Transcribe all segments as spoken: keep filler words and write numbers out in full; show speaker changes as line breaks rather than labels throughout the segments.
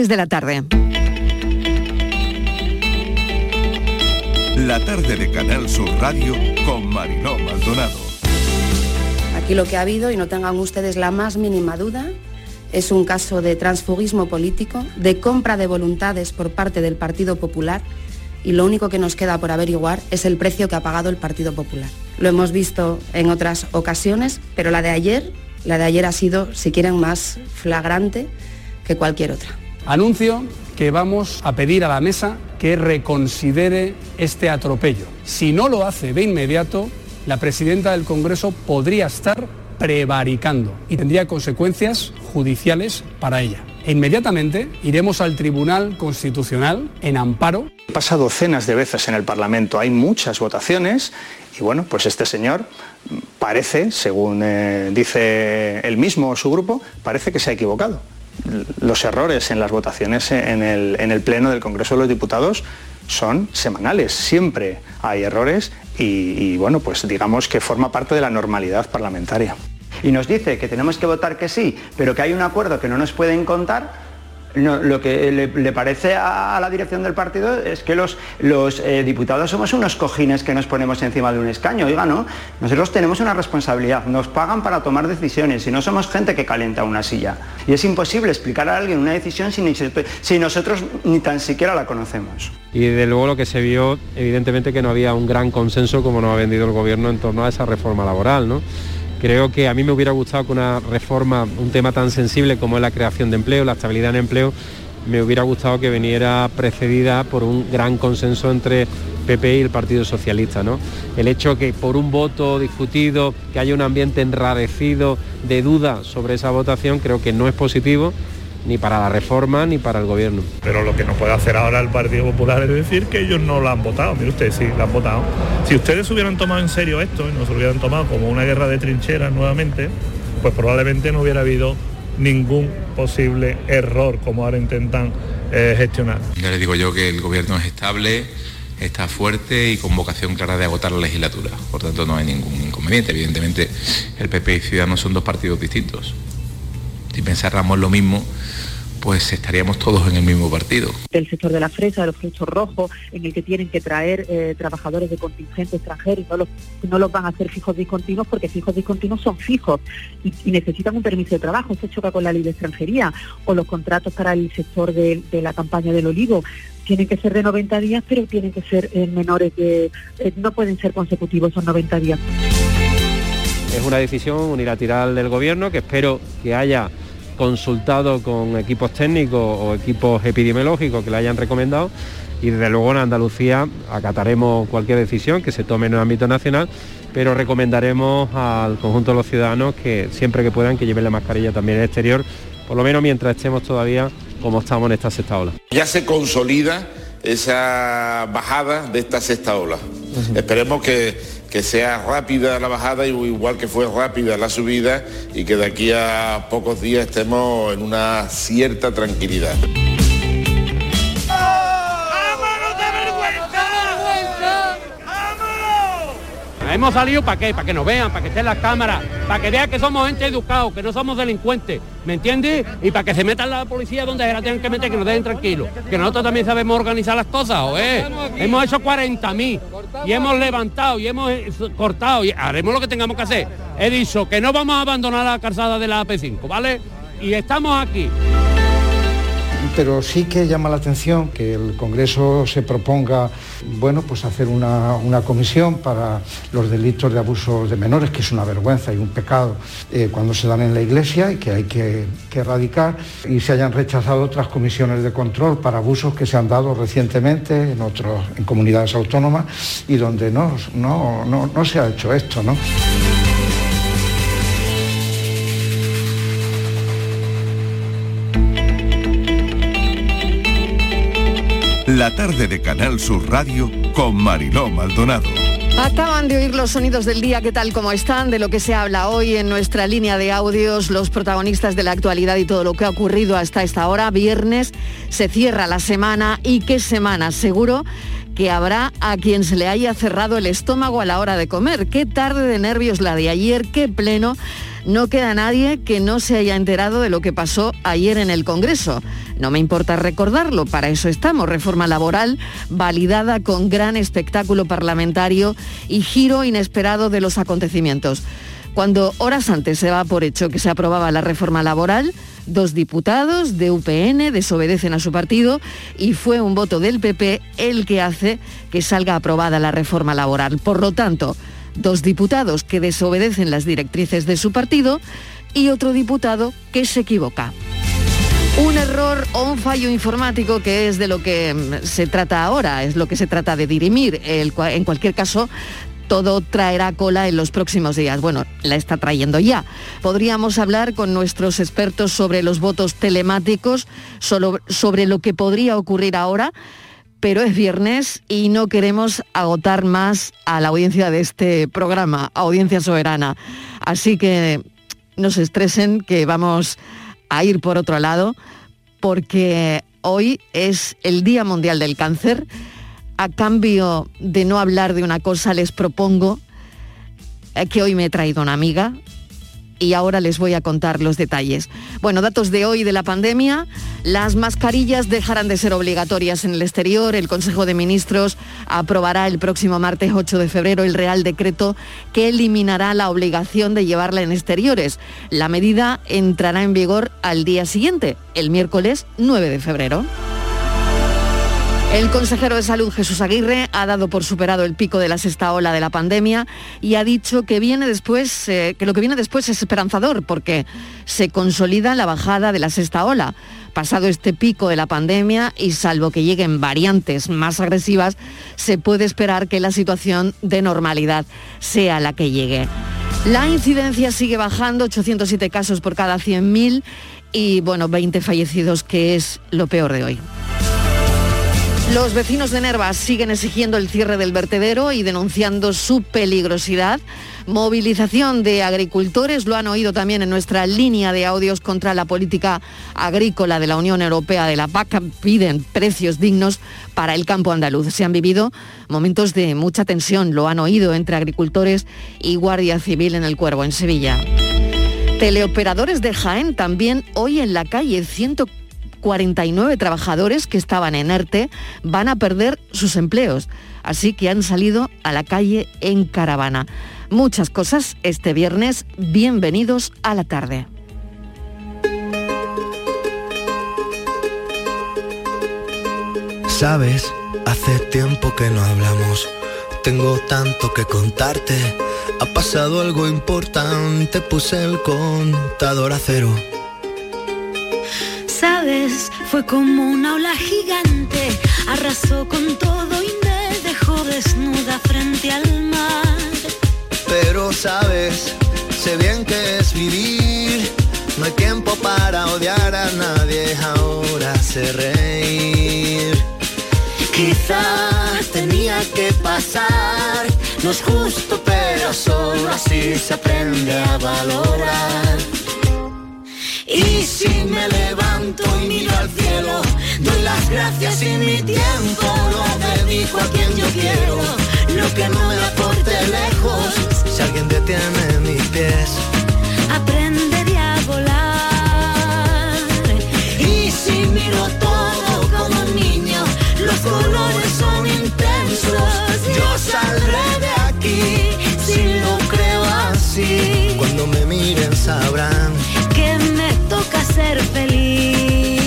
de la tarde.
La tarde de Canal Sur Radio con Mariló Maldonado.
Aquí lo que ha habido, y no tengan ustedes la más mínima duda, es un caso de transfugismo político, de compra de voluntades por parte del Partido Popular, y lo único que nos queda por averiguar es el precio que ha pagado el Partido Popular. Lo hemos visto en otras ocasiones, pero la de ayer, la de ayer ha sido, si quieren, más flagrante que cualquier otra.
Anuncio que vamos a pedir a la mesa que reconsidere este atropello. Si no lo hace de inmediato, la presidenta del Congreso podría estar prevaricando y tendría consecuencias judiciales para ella. E inmediatamente iremos al Tribunal Constitucional en amparo.
He pasado docenas de veces en el Parlamento, hay muchas votaciones y bueno, pues este señor parece, según eh, dice él mismo o su grupo, parece que se ha equivocado. Los errores en las votaciones en el, en el Pleno del Congreso de los Diputados son semanales, siempre hay errores y, y bueno, pues digamos que forma parte de la normalidad parlamentaria.
Y nos dice que tenemos que votar que sí, pero que hay un acuerdo que no nos pueden contar. No, lo que le, le parece a, a la dirección del partido es que los, los eh, diputados somos unos cojines que nos ponemos encima de un escaño. Oiga, no, nosotros tenemos una responsabilidad, nos pagan para tomar decisiones y no somos gente que calienta una silla. Y es imposible explicar a alguien una decisión si, ni, si nosotros ni tan siquiera la conocemos.
Y de luego lo que se vio, evidentemente que no había un gran consenso como nos ha vendido el gobierno en torno a esa reforma laboral, ¿no? Creo que a mí me hubiera gustado que una reforma, un tema tan sensible como es la creación de empleo, la estabilidad en empleo, me hubiera gustado que viniera precedida por un gran consenso entre P P y el Partido Socialista, ¿no? El hecho que por un voto discutido, que haya un ambiente enrarecido de duda sobre esa votación, creo que no es positivo ni para la reforma ni para el gobierno.
Pero lo que no puede hacer ahora el Partido Popular es decir que ellos no la han votado. Mire usted, sí, la han votado. Si ustedes hubieran tomado en serio esto y no se lo hubieran tomado como una guerra de trincheras nuevamente, pues probablemente no hubiera habido ningún posible error como ahora intentan eh, gestionar.
Ya les digo yo que el gobierno es estable, está fuerte y con vocación clara de agotar la legislatura. Por tanto, no hay ningún inconveniente. Evidentemente, el P P y Ciudadanos son dos partidos distintos. Si pensáramos lo mismo, pues estaríamos todos en el mismo partido.
El sector de la fresa, de los frutos rojos, en el que tienen que traer eh, trabajadores de contingente extranjero y no los, no los van a hacer fijos discontinuos porque fijos discontinuos son fijos y, y necesitan un permiso de trabajo. Eso choca con la ley de extranjería. O los contratos para el sector de, de la campaña del olivo. Tienen que ser de noventa días, pero tienen que ser eh, menores de... Eh, no pueden ser consecutivos esos noventa días.
Es una decisión unilateral del gobierno que espero que haya consultado con equipos técnicos o equipos epidemiológicos que le hayan recomendado y desde luego en Andalucía acataremos cualquier decisión que se tome en el ámbito nacional, pero recomendaremos al conjunto de los ciudadanos que siempre que puedan que lleven la mascarilla también en el exterior, por lo menos mientras estemos todavía como estamos en esta sexta ola.
Ya se consolida esa bajada de esta sexta ola. Uh-huh. Esperemos que que sea rápida la bajada, igual que fue rápida la subida, y que de aquí a pocos días estemos en una cierta tranquilidad.
Hemos salido ¿para qué? Para que nos vean, para que estén las cámaras, para que vean que somos gente educados, que no somos delincuentes, ¿me entiendes? Y para que se metan la policía donde se la tengan que meter, que nos dejen tranquilos, que nosotros también sabemos organizar las cosas, ¿eh? Hemos hecho cuarenta mil y hemos levantado y hemos cortado y haremos lo que tengamos que hacer. He dicho que no vamos a abandonar la calzada de la A P cinco, ¿vale? Y estamos aquí.
Pero sí que llama la atención que el Congreso se proponga, bueno, pues hacer una, una comisión para los delitos de abusos de menores, que es una vergüenza y un pecado eh, cuando se dan en la Iglesia y que hay que, que erradicar, y se hayan rechazado otras comisiones de control para abusos que se han dado recientemente en otros, en comunidades autónomas y donde no, no, no, no se ha hecho esto, ¿no?
La tarde de Canal Sur Radio con Mariló Maldonado.
Acaban de oír los sonidos del día, ¿qué tal como están? De lo que se habla hoy en nuestra línea de audios, los protagonistas de la actualidad y todo lo que ha ocurrido hasta esta hora. Viernes se cierra la semana y qué semana, seguro que que habrá a quien se le haya cerrado el estómago a la hora de comer. Qué tarde de nervios la de ayer, qué pleno. No queda nadie que no se haya enterado de lo que pasó ayer en el Congreso. No me importa recordarlo, para eso estamos. Reforma laboral validada con gran espectáculo parlamentario y giro inesperado de los acontecimientos. Cuando horas antes se da por hecho que se aprobaba la reforma laboral, dos diputados de U P N desobedecen a su partido y fue un voto del P P el que hace que salga aprobada la reforma laboral. Por lo tanto, dos diputados que desobedecen las directrices de su partido y otro diputado que se equivoca. Un error o un fallo informático, que es de lo que se trata ahora, es lo que se trata de dirimir. El, en cualquier caso, todo traerá cola en los próximos días. Bueno, la está trayendo ya. Podríamos hablar con nuestros expertos sobre los votos telemáticos, solo, sobre lo que podría ocurrir ahora, pero es viernes y no queremos agotar más a la audiencia de este programa, Audiencia Soberana. Así que no se estresen, que vamos a ir por otro lado, porque hoy es el Día Mundial del Cáncer. A cambio de no hablar de una cosa, les propongo que hoy me he traído una amiga y ahora les voy a contar los detalles. Bueno, datos de hoy de la pandemia. Las mascarillas dejarán de ser obligatorias en el exterior. El Consejo de Ministros aprobará el próximo martes ocho de febrero el Real Decreto que eliminará la obligación de llevarla en exteriores. La medida entrará en vigor al día siguiente, el miércoles nueve de febrero. El consejero de Salud, Jesús Aguirre, ha dado por superado el pico de la sexta ola de la pandemia y ha dicho que viene después, eh, que lo que viene después es esperanzador, porque se consolida la bajada de la sexta ola. Pasado este pico de la pandemia y salvo que lleguen variantes más agresivas, se puede esperar que la situación de normalidad sea la que llegue. La incidencia sigue bajando, ochocientos siete casos por cada cien mil y, bueno, veinte fallecidos, que es lo peor de hoy. Los vecinos de Nerva siguen exigiendo el cierre del vertedero y denunciando su peligrosidad. Movilización de agricultores, lo han oído también en nuestra línea de audios contra la política agrícola de la Unión Europea, de la P A C. Piden precios dignos para el campo andaluz. Se han vivido momentos de mucha tensión, lo han oído, entre agricultores y Guardia Civil en El Cuervo, en Sevilla. Teleoperadores de Jaén también hoy en la calle. ciento cuarenta y nueve trabajadores que estaban en ERTE van a perder sus empleos, así que han salido a la calle en caravana. Muchas cosas este viernes. Bienvenidos a la tarde.
Sabes, hace tiempo que no hablamos. Tengo tanto que contarte. Ha pasado algo importante, puse el contador a cero.
Sabes, fue como una ola gigante, arrasó con todo y me dejó desnuda frente al mar.
Pero sabes, sé bien que es vivir, no hay tiempo para odiar a nadie, ahora sé reír.
Quizás tenía que pasar, no es justo pero solo así se aprende a valorar. Y si me levanto y miro al cielo, doy las gracias y mi tiempo lo dedico a quien yo quiero. Lo que no me aporte lejos,
si alguien detiene mis pies,
aprenderé a volar. Y si miro todo como un niño, los colores son intensos. Yo saldré de aquí, si lo creo así.
Cuando me miren sabrán
que me toca ser feliz.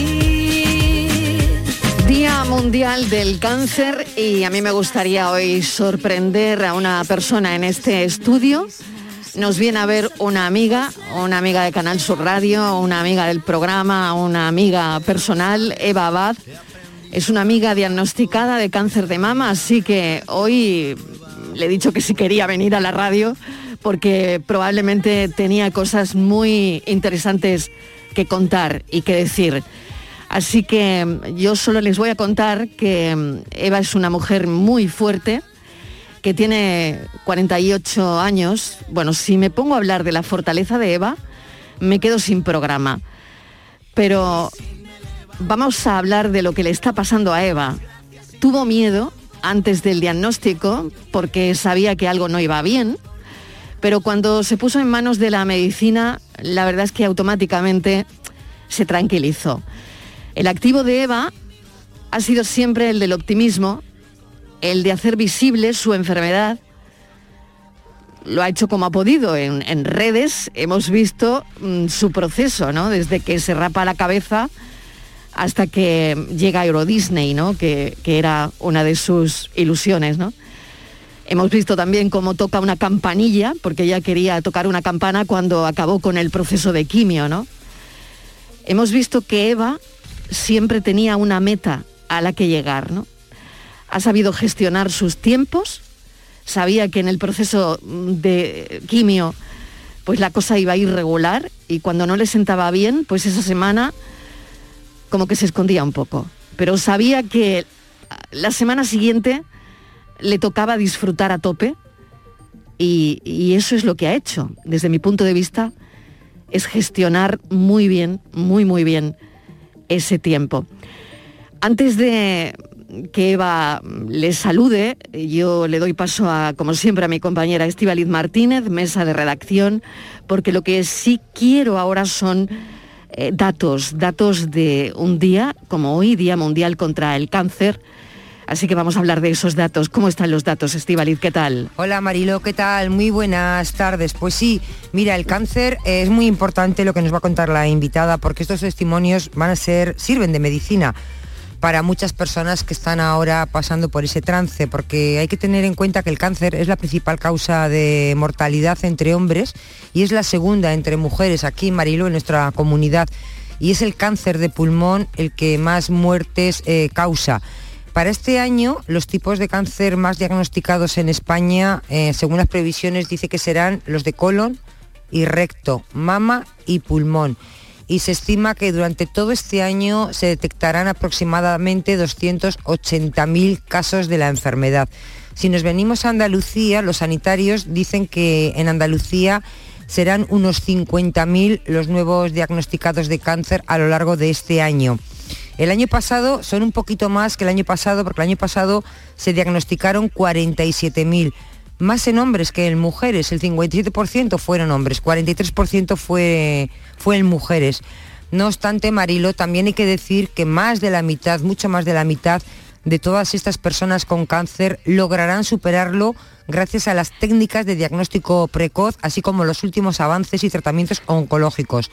Día Mundial del Cáncer, y a mí me gustaría hoy sorprender a una persona en este estudio. Nos viene a ver una amiga, una amiga de Canal Sur Radio, una amiga del programa, una amiga personal, Eva Abad. Es una amiga diagnosticada de cáncer de mama, así que hoy le he dicho que si quería venir a la radio, porque probablemente tenía cosas muy interesantes que contar y que decir. Así que yo solo les voy a contar que Eva es una mujer muy fuerte, que tiene cuarenta y ocho años. Bueno, si me pongo a hablar de la fortaleza de Eva, me quedo sin programa. Pero vamos a hablar de lo que le está pasando a Eva. Tuvo miedo antes del diagnóstico porque sabía que algo no iba bien, pero cuando se puso en manos de la medicina, la verdad es que automáticamente se tranquilizó. El activo de Eva ha sido siempre el del optimismo, el de hacer visible su enfermedad. Lo ha hecho como ha podido. En, en redes hemos visto mmm, su proceso, ¿no? Desde que se rapa la cabeza hasta que llega a Euro Disney, ¿no? Que, que era una de sus ilusiones, ¿no? Hemos visto también cómo toca una campanilla, porque ella quería tocar una campana cuando acabó con el proceso de quimio, ¿no? Hemos visto que Eva siempre tenía una meta a la que llegar, ¿no? Ha sabido gestionar sus tiempos, sabía que en el proceso de quimio pues la cosa iba a ir regular y cuando no le sentaba bien, pues esa semana como que se escondía un poco. Pero sabía que la semana siguiente le tocaba disfrutar a tope y, y eso es lo que ha hecho. Desde mi punto de vista, es gestionar muy bien, muy muy bien ese tiempo. Antes de que Eva les salude, yo le doy paso a, como siempre, a mi compañera Estíbaliz Martínez, mesa de redacción, porque lo que sí quiero ahora son eh, datos, datos de un día, como hoy, Día Mundial contra el Cáncer. Así que vamos a hablar de esos datos. ¿Cómo están los datos, Estíbaliz? ¿Qué tal?
Hola Mariló, ¿qué tal? Muy buenas tardes. Pues sí, mira, el cáncer es muy importante lo que nos va a contar la invitada, porque estos testimonios van a ser, sirven de medicina para muchas personas que están ahora pasando por ese trance, porque hay que tener en cuenta que el cáncer es la principal causa de mortalidad entre hombres y es la segunda entre mujeres aquí, Mariló, en nuestra comunidad, y es el cáncer de pulmón el que más muertes eh, causa. Para este año, los tipos de cáncer más diagnosticados en España, eh, según las previsiones, dice que serán los de colon y recto, mama y pulmón. Y se estima que durante todo este año se detectarán aproximadamente doscientos ochenta mil casos de la enfermedad. Si nos venimos a Andalucía, los sanitarios dicen que en Andalucía serán unos cincuenta mil los nuevos diagnosticados de cáncer a lo largo de este año. El año pasado son un poquito más que el año pasado, porque el año pasado se diagnosticaron cuarenta y siete mil, más en hombres que en mujeres. El cincuenta y siete por ciento fueron hombres, cuarenta y tres por ciento fue, fue en mujeres. No obstante, Mariló, también hay que decir que más de la mitad, mucho más de la mitad de todas estas personas con cáncer lograrán superarlo gracias a las técnicas de diagnóstico precoz, así como los últimos avances y tratamientos oncológicos.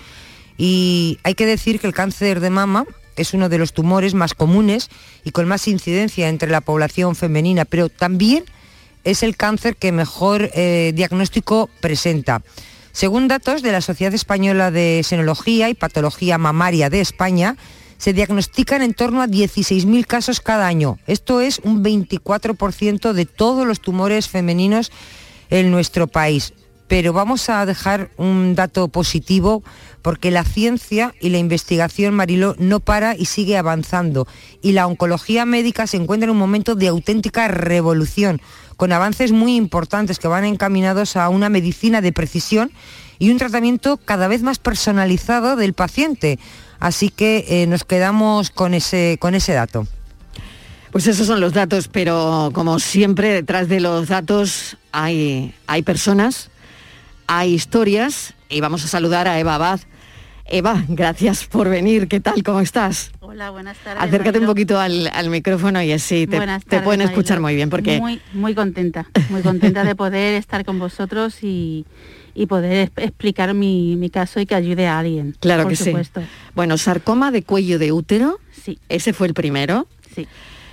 Y hay que decir que el cáncer de mama es uno de los tumores más comunes y con más incidencia entre la población femenina, pero también es el cáncer que mejor eh, diagnóstico presenta. Según datos de la Sociedad Española de Senología y Patología Mamaria de España, se diagnostican en torno a dieciséis mil casos cada año. Esto es un veinticuatro por ciento de todos los tumores femeninos en nuestro país. Pero vamos a dejar un dato positivo, porque la ciencia y la investigación, Mariló, no para y sigue avanzando. Y la oncología médica se encuentra en un momento de auténtica revolución, con avances muy importantes que van encaminados a una medicina de precisión y un tratamiento cada vez más personalizado del paciente. Así que eh, nos quedamos con ese, con ese dato.
Pues esos son los datos, pero como siempre detrás de los datos hay, hay personas, hay historias, y vamos a saludar a Eva Abad. Eva, gracias por venir. ¿Qué tal? ¿Cómo estás?
Hola, buenas tardes.
Acércate Marilo. un poquito al, al micrófono y así te, tardes, te pueden escuchar Marilo. Muy bien. Porque...
Muy, muy contenta, muy contenta de poder estar con vosotros y, y poder explicar mi, mi caso y que ayude a alguien.
Claro
por
que
supuesto.
sí. Bueno, sarcoma de cuello de útero,
sí.
Ese fue el primero.
Sí.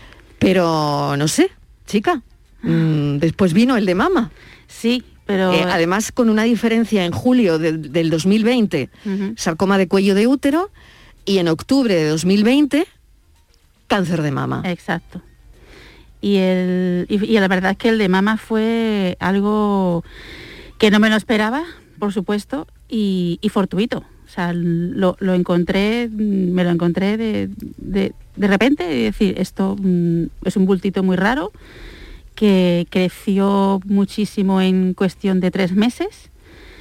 Pero no sé, chica, mmm, después vino el de mama.
Sí. Pero...
Eh, además, con una diferencia en julio de, del dos mil veinte, uh-huh. sarcoma de cuello de útero, y en octubre de dos mil veinte, cáncer de mama.
Exacto. Y, el, y, y la verdad es que el de mama fue algo que no me lo esperaba, por supuesto, y, y fortuito. O sea, lo, lo encontré, me lo encontré de, de, de repente, es decir, esto mm, es un bultito muy raro, que creció muchísimo en cuestión de tres meses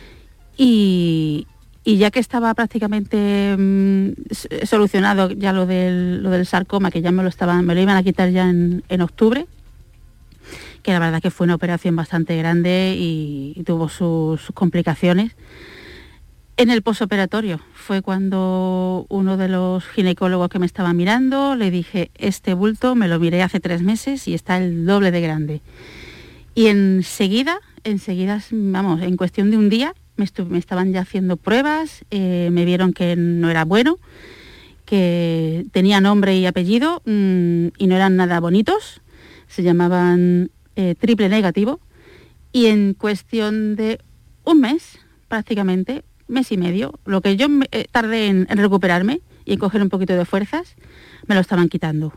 y, y ya que estaba prácticamente mmm, solucionado ya lo del, lo del sarcoma, que ya me lo estaban, me lo iban a quitar ya en, en octubre, que la verdad que fue una operación bastante grande y, y tuvo sus, sus complicaciones. En el posoperatorio fue cuando uno de los ginecólogos que me estaba mirando le dije, este bulto me lo miré hace tres meses y está el doble de grande. Y enseguida, enseguida, vamos, en cuestión de un día, me, estu- me estaban ya haciendo pruebas, eh, me vieron que no era bueno, que tenía nombre y apellido mmm, y no eran nada bonitos, se llamaban eh, triple negativo, y en cuestión de un mes, prácticamente, mes y medio, lo que yo me, eh, tardé en, en recuperarme y en coger un poquito de fuerzas, me lo estaban quitando.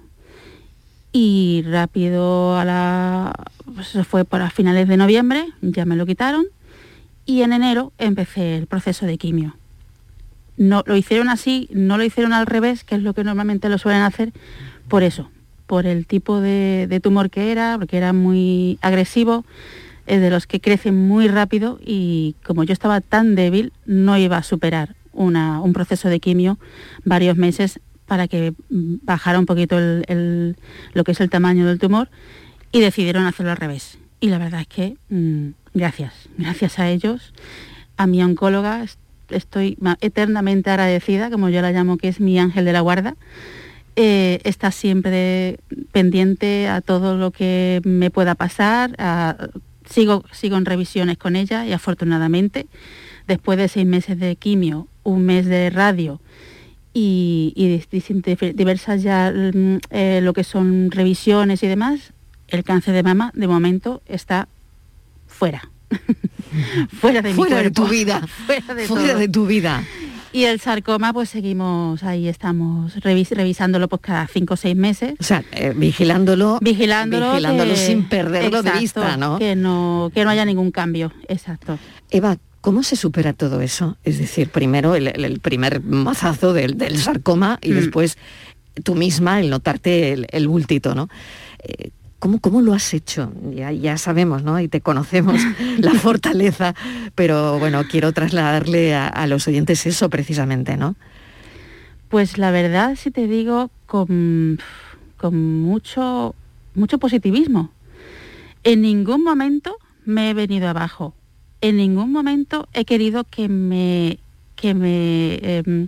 Y rápido, a la, pues eso fue para finales de noviembre, ya me lo quitaron, y en enero empecé el proceso de quimio. No lo hicieron así, no lo hicieron al revés, que es lo que normalmente lo suelen hacer, por eso, por el tipo de, de tumor que era, porque era muy agresivo, es de los que crecen muy rápido, y como yo estaba tan débil, no iba a superar una, un proceso de quimio varios meses para que bajara un poquito el, el, lo que es el tamaño del tumor, y decidieron hacerlo al revés. Y la verdad es que mmm, gracias, gracias a ellos, a mi oncóloga, estoy eternamente agradecida, como yo la llamo, que es mi ángel de la guarda. Eh, está siempre pendiente a todo lo que me pueda pasar, a, sigo, sigo en revisiones con ella, y afortunadamente, después de seis meses de quimio, un mes de radio, y, y diversas ya eh, lo que son revisiones y demás, el cáncer de mama de momento está fuera. fuera de
fuera
mi
de
cuerpo,
tu vida,
fuera de,
fuera de tu vida.
Y el sarcoma, pues seguimos ahí, estamos revis- revisándolo pues cada cinco o seis meses.
O sea, eh, vigilándolo,
vigilándolo,
vigilándolo
que,
sin perderlo
exacto,
de vista, ¿no?
Que no, que no haya ningún cambio, exacto.
Eva, ¿cómo se supera todo eso? Es decir, primero el, el, el primer mazazo del, del sarcoma y mm. después tú misma el notarte el, el bultito, ¿no? Eh, ¿Cómo, ¿Cómo lo has hecho? Ya, ya sabemos, ¿no? Y te conocemos la fortaleza, pero bueno, quiero trasladarle a, a los oyentes eso precisamente, ¿no?
Pues la verdad, si te digo, con, con mucho, mucho positivismo. En ningún momento me he venido abajo. En ningún momento he querido que me, que me, eh,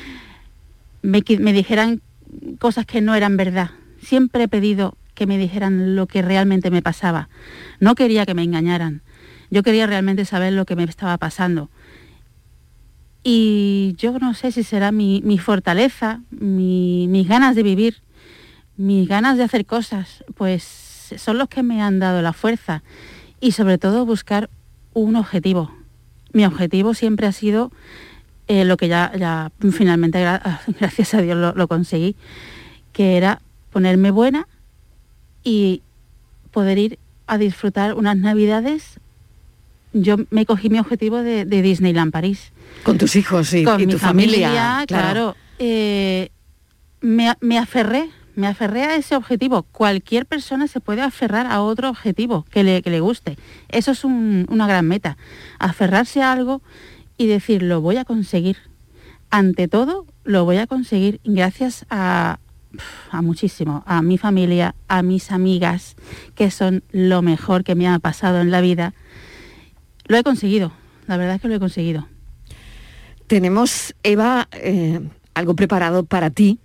me, me dijeran cosas que no eran verdad. Siempre he pedido que me dijeran lo que realmente me pasaba. No quería que me engañaran. Yo quería realmente saber lo que me estaba pasando. Y yo no sé si será mi, mi fortaleza, mi, mis ganas de vivir, mis ganas de hacer cosas, pues son los que me han dado la fuerza. Y sobre todo buscar un objetivo. Mi objetivo siempre ha sido eh, lo que ya, ya finalmente, gra- gracias a Dios, lo, lo conseguí, que era ponerme buena y poder ir a disfrutar unas navidades. Yo me cogí mi objetivo de, de Disneyland París.
Con tus hijos y,
Con
y
mi
tu
familia,
familia.
Claro. claro eh, me, me aferré, me aferré a ese objetivo. Cualquier persona se puede aferrar a otro objetivo que le, que le guste. Eso es un, una gran meta. Aferrarse a algo y decir, lo voy a conseguir. Ante todo, lo voy a conseguir gracias a... a muchísimo, a mi familia, a mis amigas, que son lo mejor que me ha pasado en la vida. Lo he conseguido, la verdad es que lo he conseguido.
Tenemos, Eva, eh, algo preparado para ti.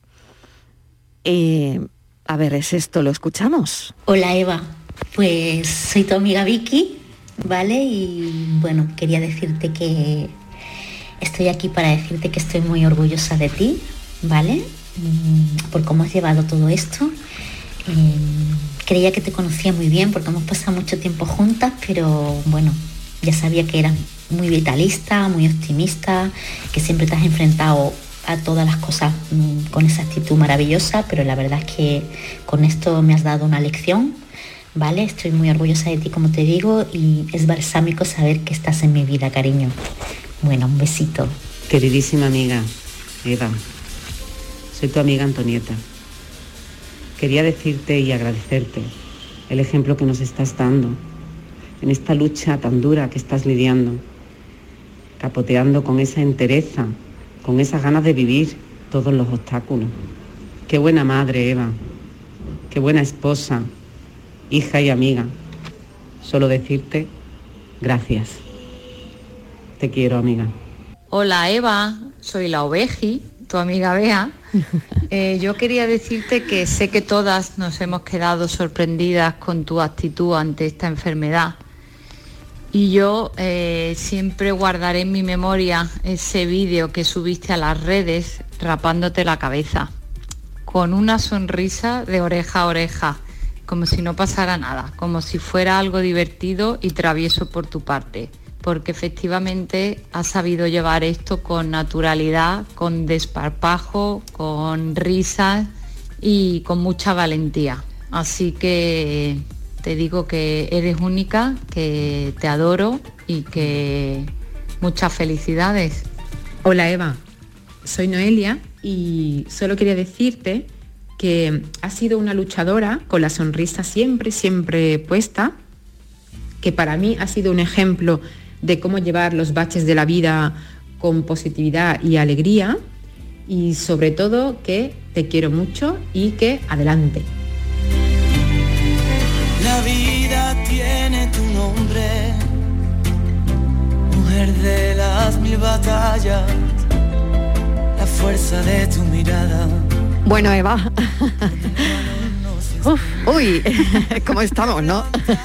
Eh, a ver, ¿es esto? ¿Lo escuchamos?
Hola, Eva, pues soy tu amiga Vicky, ¿vale? Y bueno, quería decirte que estoy aquí para decirte que estoy muy orgullosa de ti, ¿vale? Por cómo has llevado todo esto. Eh, creía que te conocía muy bien porque hemos pasado mucho tiempo juntas, pero bueno, ya sabía que eras muy vitalista, muy optimista, que siempre te has enfrentado a todas las cosas mmm, con esa actitud maravillosa, pero la verdad es que con esto me has dado una lección, ¿vale? Estoy muy orgullosa de ti, como te digo, y es balsámico saber que estás en mi vida, cariño. Bueno, un besito.
Queridísima amiga Eva, soy tu amiga Antonieta. Quería decirte y agradecerte el ejemplo que nos estás dando en esta lucha tan dura que estás lidiando, capoteando con esa entereza, con esas ganas de vivir todos los obstáculos. Qué buena madre, Eva, qué buena esposa, hija y amiga. Solo decirte gracias. Te quiero, amiga.
Hola Eva, soy la Oveji, tu amiga Bea. Eh, yo quería decirte que sé que todas nos hemos quedado sorprendidas con tu actitud ante esta enfermedad. Y yo eh, siempre guardaré en mi memoria ese vídeo que subiste a las redes rapándote la cabeza, con una sonrisa de oreja a oreja, como si no pasara nada, como si fuera algo divertido y travieso por tu parte, porque efectivamente has sabido llevar esto con naturalidad, con desparpajo, con risas y con mucha valentía. Así que te digo que eres única, que te adoro y que muchas felicidades.
Hola Eva, soy Noelia y solo quería decirte que has sido una luchadora con la sonrisa siempre, siempre puesta, que para mí ha sido un ejemplo de cómo llevar los baches de la vida con positividad y alegría, y sobre todo que te quiero mucho y que adelante.
La vida tiene tu nombre, mujer de las mil batallas, la fuerza de tu mirada.
Bueno, Eva. Uf. Uy, ¿cómo estamos, no?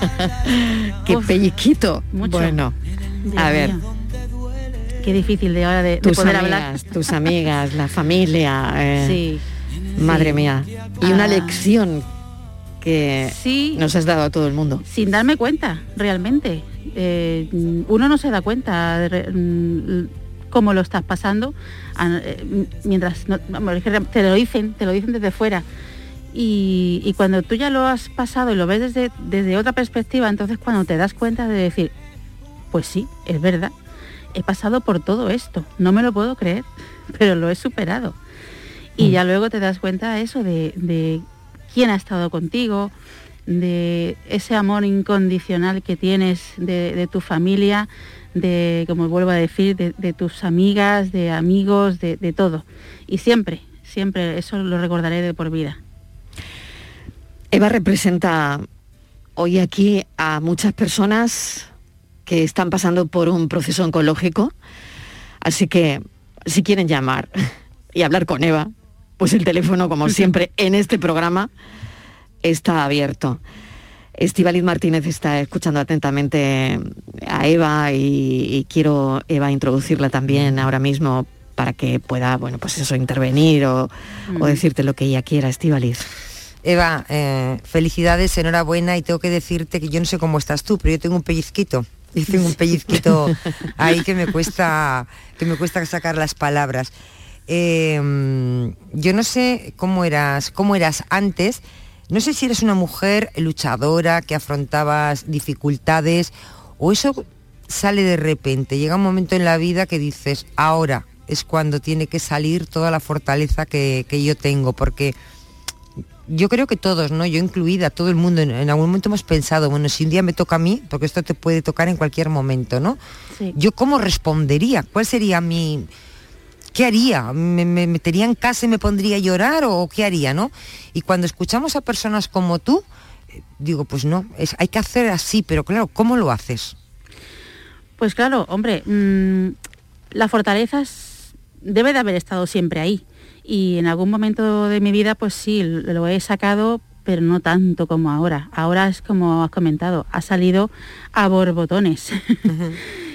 Qué Uf, pellizquito.
Mucho.
Bueno,
Dios
a ver.
Mío. Qué difícil de ahora de,
tus
de poder
amigas,
hablar.
Tus amigas, la familia. Eh,
sí.
Madre
sí.
mía. Y una
ah.
lección que
sí.
nos has dado a todo el mundo.
Sin darme cuenta, realmente. Eh, uno no se da cuenta de cómo lo estás pasando mientras no, te lo dicen, te lo dicen desde fuera. Y, y cuando tú ya lo has pasado y lo ves desde, desde otra perspectiva, entonces cuando te das cuenta de decir, pues sí, es verdad, he pasado por todo esto, no me lo puedo creer, pero lo he superado. Y mm. ya luego te das cuenta de eso, de, de quién ha estado contigo, de ese amor incondicional que tienes de, de tu familia, de, como vuelvo a decir, de, de tus amigas, de amigos, de, de todo. Y siempre, siempre eso lo recordaré de por vida.
Eva representa hoy aquí a muchas personas que están pasando por un proceso oncológico, así que si quieren llamar y hablar con Eva, pues el teléfono, como siempre en este programa, está abierto. Estíbaliz Martínez está escuchando atentamente a Eva y, y quiero, Eva, introducirla también ahora mismo para que pueda, bueno, pues eso, intervenir o, mm. o decirte lo que ella quiera. Estíbaliz.
Eva, eh, felicidades, enhorabuena, y tengo que decirte que yo no sé cómo estás tú, pero yo tengo un pellizquito. Yo tengo un pellizquito ahí que me cuesta, que me cuesta sacar las palabras. Eh, yo no sé cómo eras, cómo eras antes. No sé si eres una mujer luchadora, que afrontabas dificultades, o eso sale de repente. Llega un momento en la vida que dices, ahora es cuando tiene que salir toda la fortaleza que, que yo tengo, porque yo creo que todos, ¿no? Yo incluida, todo el mundo, en, en algún momento hemos pensado, bueno, si un día me toca a mí, porque esto te puede tocar en cualquier momento, ¿no? Sí. ¿Yo cómo respondería? ¿Cuál sería mi...? ¿Qué haría? ¿Me, me metería en casa y me pondría a llorar o qué haría, no? Y cuando escuchamos a personas como tú, digo, pues no, es, hay que hacer así, pero claro, ¿cómo lo haces?
Pues claro, hombre, mmm, la fortaleza debe de haber estado siempre ahí. Y en algún momento de mi vida, pues sí, lo he sacado, pero no tanto como ahora. Ahora es como has comentado, ha salido a borbotones. Uh-huh.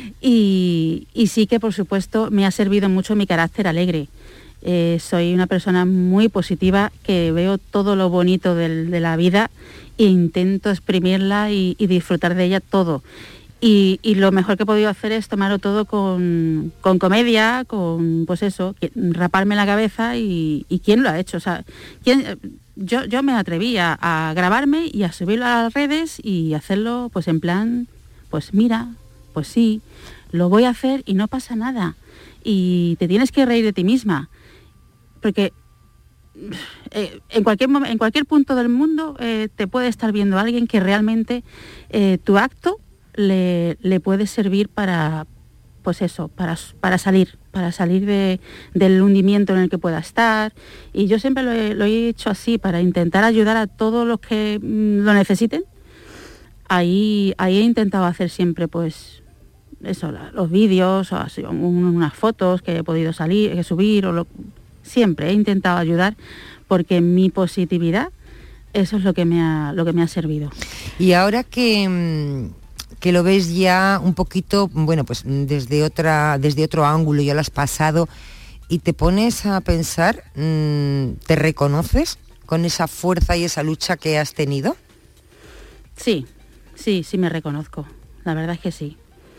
y, y sí que, por supuesto, me ha servido mucho mi carácter alegre. Eh, soy una persona muy positiva, que veo todo lo bonito de, de la vida e intento exprimirla y, y disfrutar de ella todo. Y, y lo mejor que he podido hacer es tomarlo todo con, con comedia, con, pues eso, raparme la cabeza y, y ¿quién lo ha hecho? O sea, ¿quién, yo, yo me atreví a, a grabarme y a subirlo a las redes y hacerlo pues en plan, pues mira, pues sí, lo voy a hacer y no pasa nada. Y te tienes que reír de ti misma, porque eh, en, cualquier, en cualquier punto del mundo eh, te puede estar viendo alguien que realmente eh, tu acto Le, le puede servir para, pues eso, para, para salir, para salir de, del hundimiento en el que pueda estar. Y yo siempre lo he, lo he hecho así, para intentar ayudar a todos los que mm, lo necesiten ahí, ahí he intentado hacer siempre pues eso, la, los vídeos, o así, un, unas fotos que he podido salir, que subir, o lo, siempre he intentado ayudar, porque mi positividad, eso es lo que me ha, lo que me ha servido.
Y ahora que, que lo ves ya un poquito, bueno, pues desde otra, desde otro ángulo, ya lo has pasado, y te pones a pensar, ¿te reconoces con esa fuerza y esa lucha que has tenido?
Sí, sí, sí me reconozco, la verdad es que sí.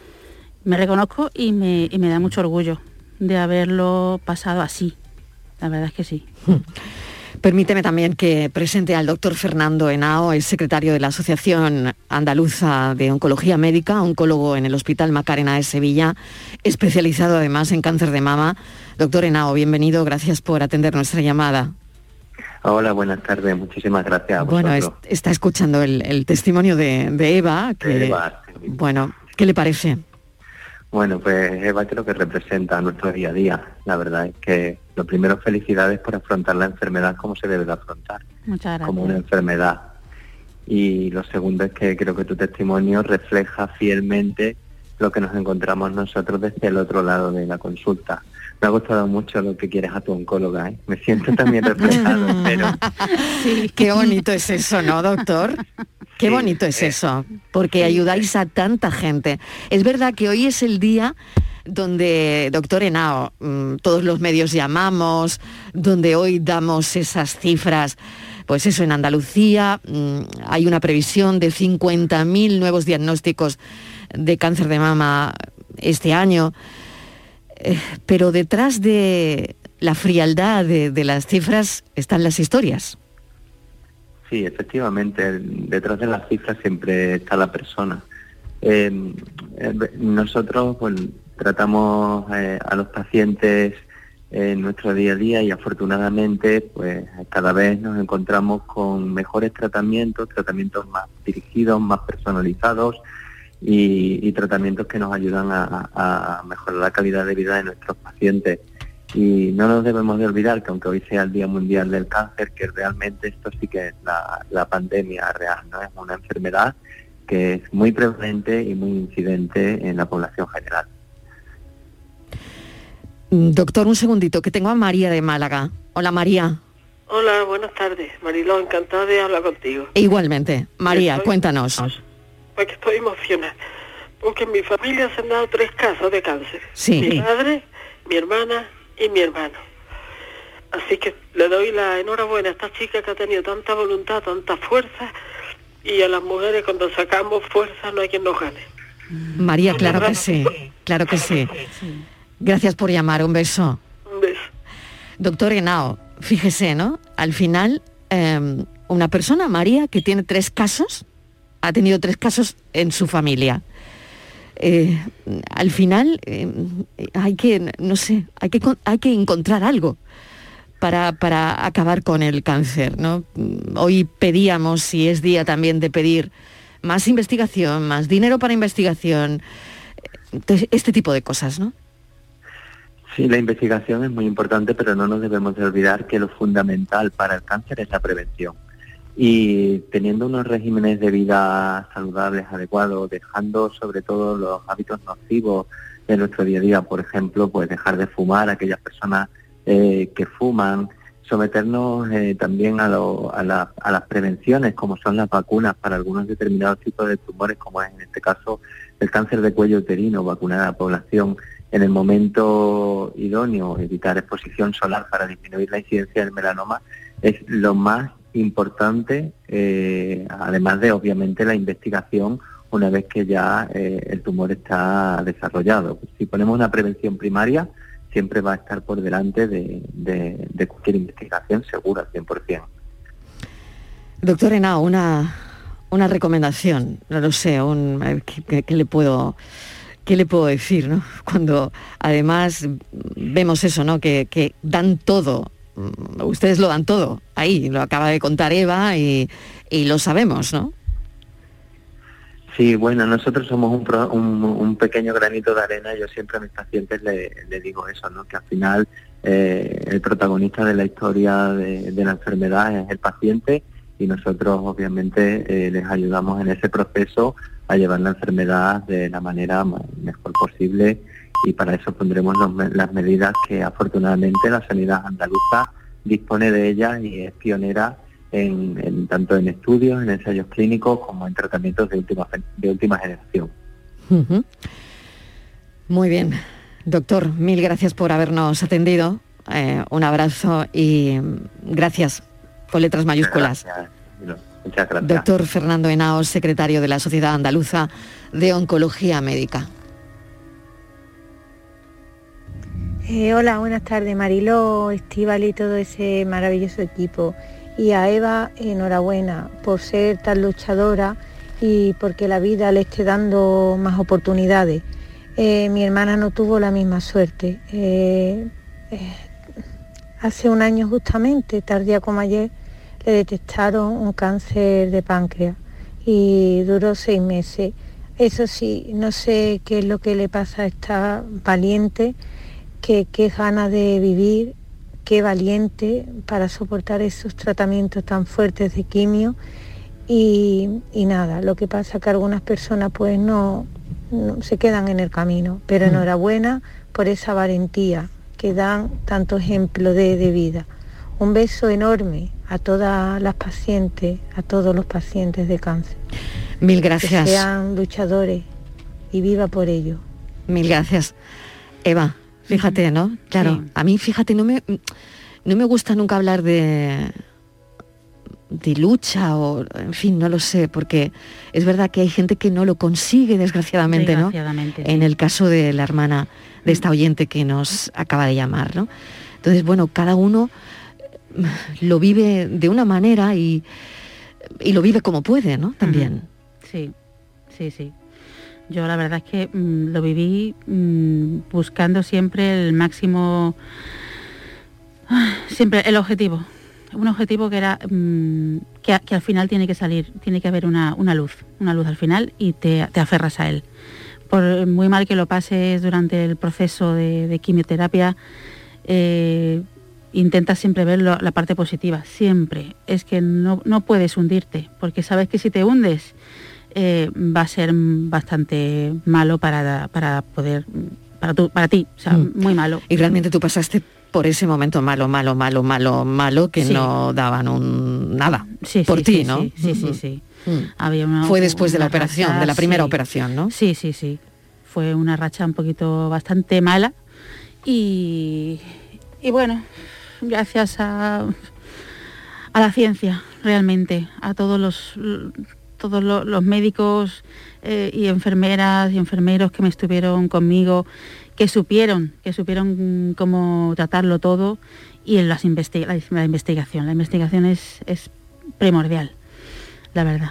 Me reconozco y me, y me da mucho orgullo de haberlo pasado así, la verdad es que sí.
Permíteme también que presente al doctor Fernando Henao, el secretario de la Asociación Andaluza de Oncología Médica, oncólogo en el Hospital Macarena de Sevilla, especializado además en cáncer de mama. Doctor Henao, bienvenido, gracias por atender nuestra llamada.
Hola, buenas tardes, muchísimas gracias a vosotros.
Bueno, es, está escuchando el, el testimonio de, de Eva, que,
de Eva, sí.
Bueno, ¿qué le parece?
Bueno, pues Eva creo que representa nuestro día a día. La verdad es que lo primero, felicidades por afrontar la enfermedad como se debe de afrontar.
Muchas gracias.
Como una enfermedad. Y lo segundo es que creo que tu testimonio refleja fielmente lo que nos encontramos nosotros desde el otro lado de la consulta. Me ha gustado mucho lo que quieres a tu oncóloga, ¿eh? Me siento también reflejado, pero...
Sí, qué bonito es eso, ¿no, doctor? Qué sí, bonito es eh, eso, porque sí, ayudáis a tanta gente. Es verdad que hoy es el día donde, doctor Henao, todos los medios llamamos, donde hoy damos esas cifras. Pues eso, en Andalucía hay una previsión de cincuenta mil nuevos diagnósticos de cáncer de mama este año. Eh, pero detrás de la frialdad de, de las cifras están las historias.
Sí, efectivamente, detrás de las cifras siempre está la persona. Eh, eh, nosotros pues, tratamos eh, a los pacientes en nuestro día a día y afortunadamente pues cada vez nos encontramos con mejores tratamientos, tratamientos más dirigidos, más personalizados y, y tratamientos que nos ayudan a, a mejorar la calidad de vida de nuestros pacientes. Y no nos debemos de olvidar que aunque hoy sea el Día Mundial del Cáncer, que realmente esto sí que es la, la pandemia real, ¿no? Es una enfermedad que es muy prevalente y muy incidente en la población general.
Doctor, un segundito, que tengo a María de Málaga. Hola, María.
Hola, buenas tardes. Mariló, encantada de hablar contigo.
E igualmente. María,
estoy,
cuéntanos.
Pues que estoy emocionada, porque en mi familia se han dado tres casos de cáncer.
Sí.
Mi madre, mi hermana y mi hermano. Así que le doy la enhorabuena a esta chica que ha tenido tanta voluntad, tanta fuerza, y a las mujeres cuando sacamos fuerza no hay quien nos gane.
María, claro que sí, claro que sí. Gracias por llamar, un beso.
Un beso.
Doctor Henao, fíjese, ¿no? Al final, eh, una persona, María, que tiene tres casos, ha tenido tres casos en su familia. Eh, al final eh, hay que, no sé, hay que, hay que encontrar algo para, para acabar con el cáncer, ¿no? Hoy pedíamos, si es día también de pedir más investigación, más dinero para investigación, este tipo de cosas, ¿no?
Sí, la investigación es muy importante, pero no nos debemos de olvidar que lo fundamental para el cáncer es la prevención. Y teniendo unos regímenes de vida saludables, adecuados, dejando sobre todo los hábitos nocivos de nuestro día a día, por ejemplo, pues dejar de fumar, aquellas personas eh, que fuman, someternos eh, también a, lo, a, la, a las prevenciones, como son las vacunas para algunos determinados tipos de tumores, como es en este caso el cáncer de cuello uterino, vacunar a la población en el momento idóneo, evitar exposición solar para disminuir la incidencia del melanoma, es lo más importante, eh, además de obviamente la investigación una vez que ya eh, el tumor está desarrollado. Si ponemos una prevención primaria, siempre va a estar por delante de, de, de cualquier investigación segura, cien por ciento.
Doctor Henao, una, una recomendación, no lo sé, un, ¿qué, qué le puedo... ¿Qué le puedo decir, no? Cuando además vemos eso, ¿no? Que, que dan todo, ustedes lo dan todo, ahí, lo acaba de contar Eva y, y lo sabemos, ¿no?
Sí, bueno, nosotros somos un, pro, un, un pequeño granito de arena. Yo siempre a mis pacientes le, le digo eso, ¿no? Que al final eh, el protagonista de la historia de, de la enfermedad es el paciente, y nosotros obviamente eh, les ayudamos en ese proceso a llevar la enfermedad de la manera mejor posible, y para eso pondremos los, las medidas que afortunadamente la sanidad andaluza dispone de ellas y es pionera en, en tanto en estudios, en ensayos clínicos como en tratamientos de última, de última generación.
Uh-huh. Muy bien, doctor, mil gracias por habernos atendido, eh, un abrazo y gracias con letras mayúsculas.
Muchas gracias. Muchas gracias.
Doctor Fernando Henao, secretario de la Sociedad Andaluza de Oncología Médica.
Eh, hola, buenas tardes, Mariló, Estíbal y todo ese maravilloso equipo. Y a Eva, enhorabuena por ser tan luchadora y porque la vida le esté dando más oportunidades. Eh, mi hermana no tuvo la misma suerte. Eh, eh, hace un año justamente, tal día como ayer, le detectaron un cáncer de páncreas y duró seis meses. Eso sí, no sé qué es lo que le pasa a esta valiente, que qué ganas de vivir, qué valiente para soportar esos tratamientos tan fuertes de quimio y, y nada, lo que pasa es que algunas personas pues no, no se quedan en el camino, pero enhorabuena por esa valentía que dan tanto ejemplo de, de vida. Un beso enorme a todas las pacientes, a todos los pacientes de cáncer.
Mil gracias.
Que sean luchadores y viva por ello.
Mil gracias. Eva, fíjate, ¿no? Claro, sí. A mí, fíjate, no me, no me gusta nunca hablar de, de lucha o, en fin, no lo sé, porque es verdad que hay gente que no lo consigue, desgraciadamente,
desgraciadamente
¿no?
Sí.
En el caso de la hermana de esta oyente que nos acaba de llamar, ¿no? Entonces, bueno, cada uno lo vive de una manera y, y lo vive como puede, ¿no? También.
Sí, sí, sí. Yo la verdad es que mmm, lo viví mmm, buscando siempre el máximo, siempre el objetivo. Un objetivo que era mmm, que, que al final tiene que salir, tiene que haber una, una luz, una luz al final y te, te aferras a él. Por muy mal que lo pases durante el proceso de, de quimioterapia, eh, intentas siempre ver lo, la parte positiva, siempre. Es que no, no puedes hundirte, porque sabes que si te hundes eh, va a ser bastante malo para, para poder, para, tu, para ti, o sea, mm. muy malo.
Y realmente tú pasaste por ese momento malo, malo, malo, malo, malo, que sí. no daban un nada
sí,
por
sí,
ti,
sí,
¿no?
Sí, sí, sí. sí. Mm. Había una,
Fue después de la operación,
racha,
de la primera
sí.
operación, ¿no?
Sí, sí, sí. Fue una racha un poquito bastante mala y, y bueno, gracias a, a la ciencia, realmente, a todos los, todos los, los médicos eh, y enfermeras y enfermeros que me estuvieron conmigo, que supieron, que supieron cómo tratarlo todo, y en las investi- la, la investigación. La investigación es, es primordial, la verdad.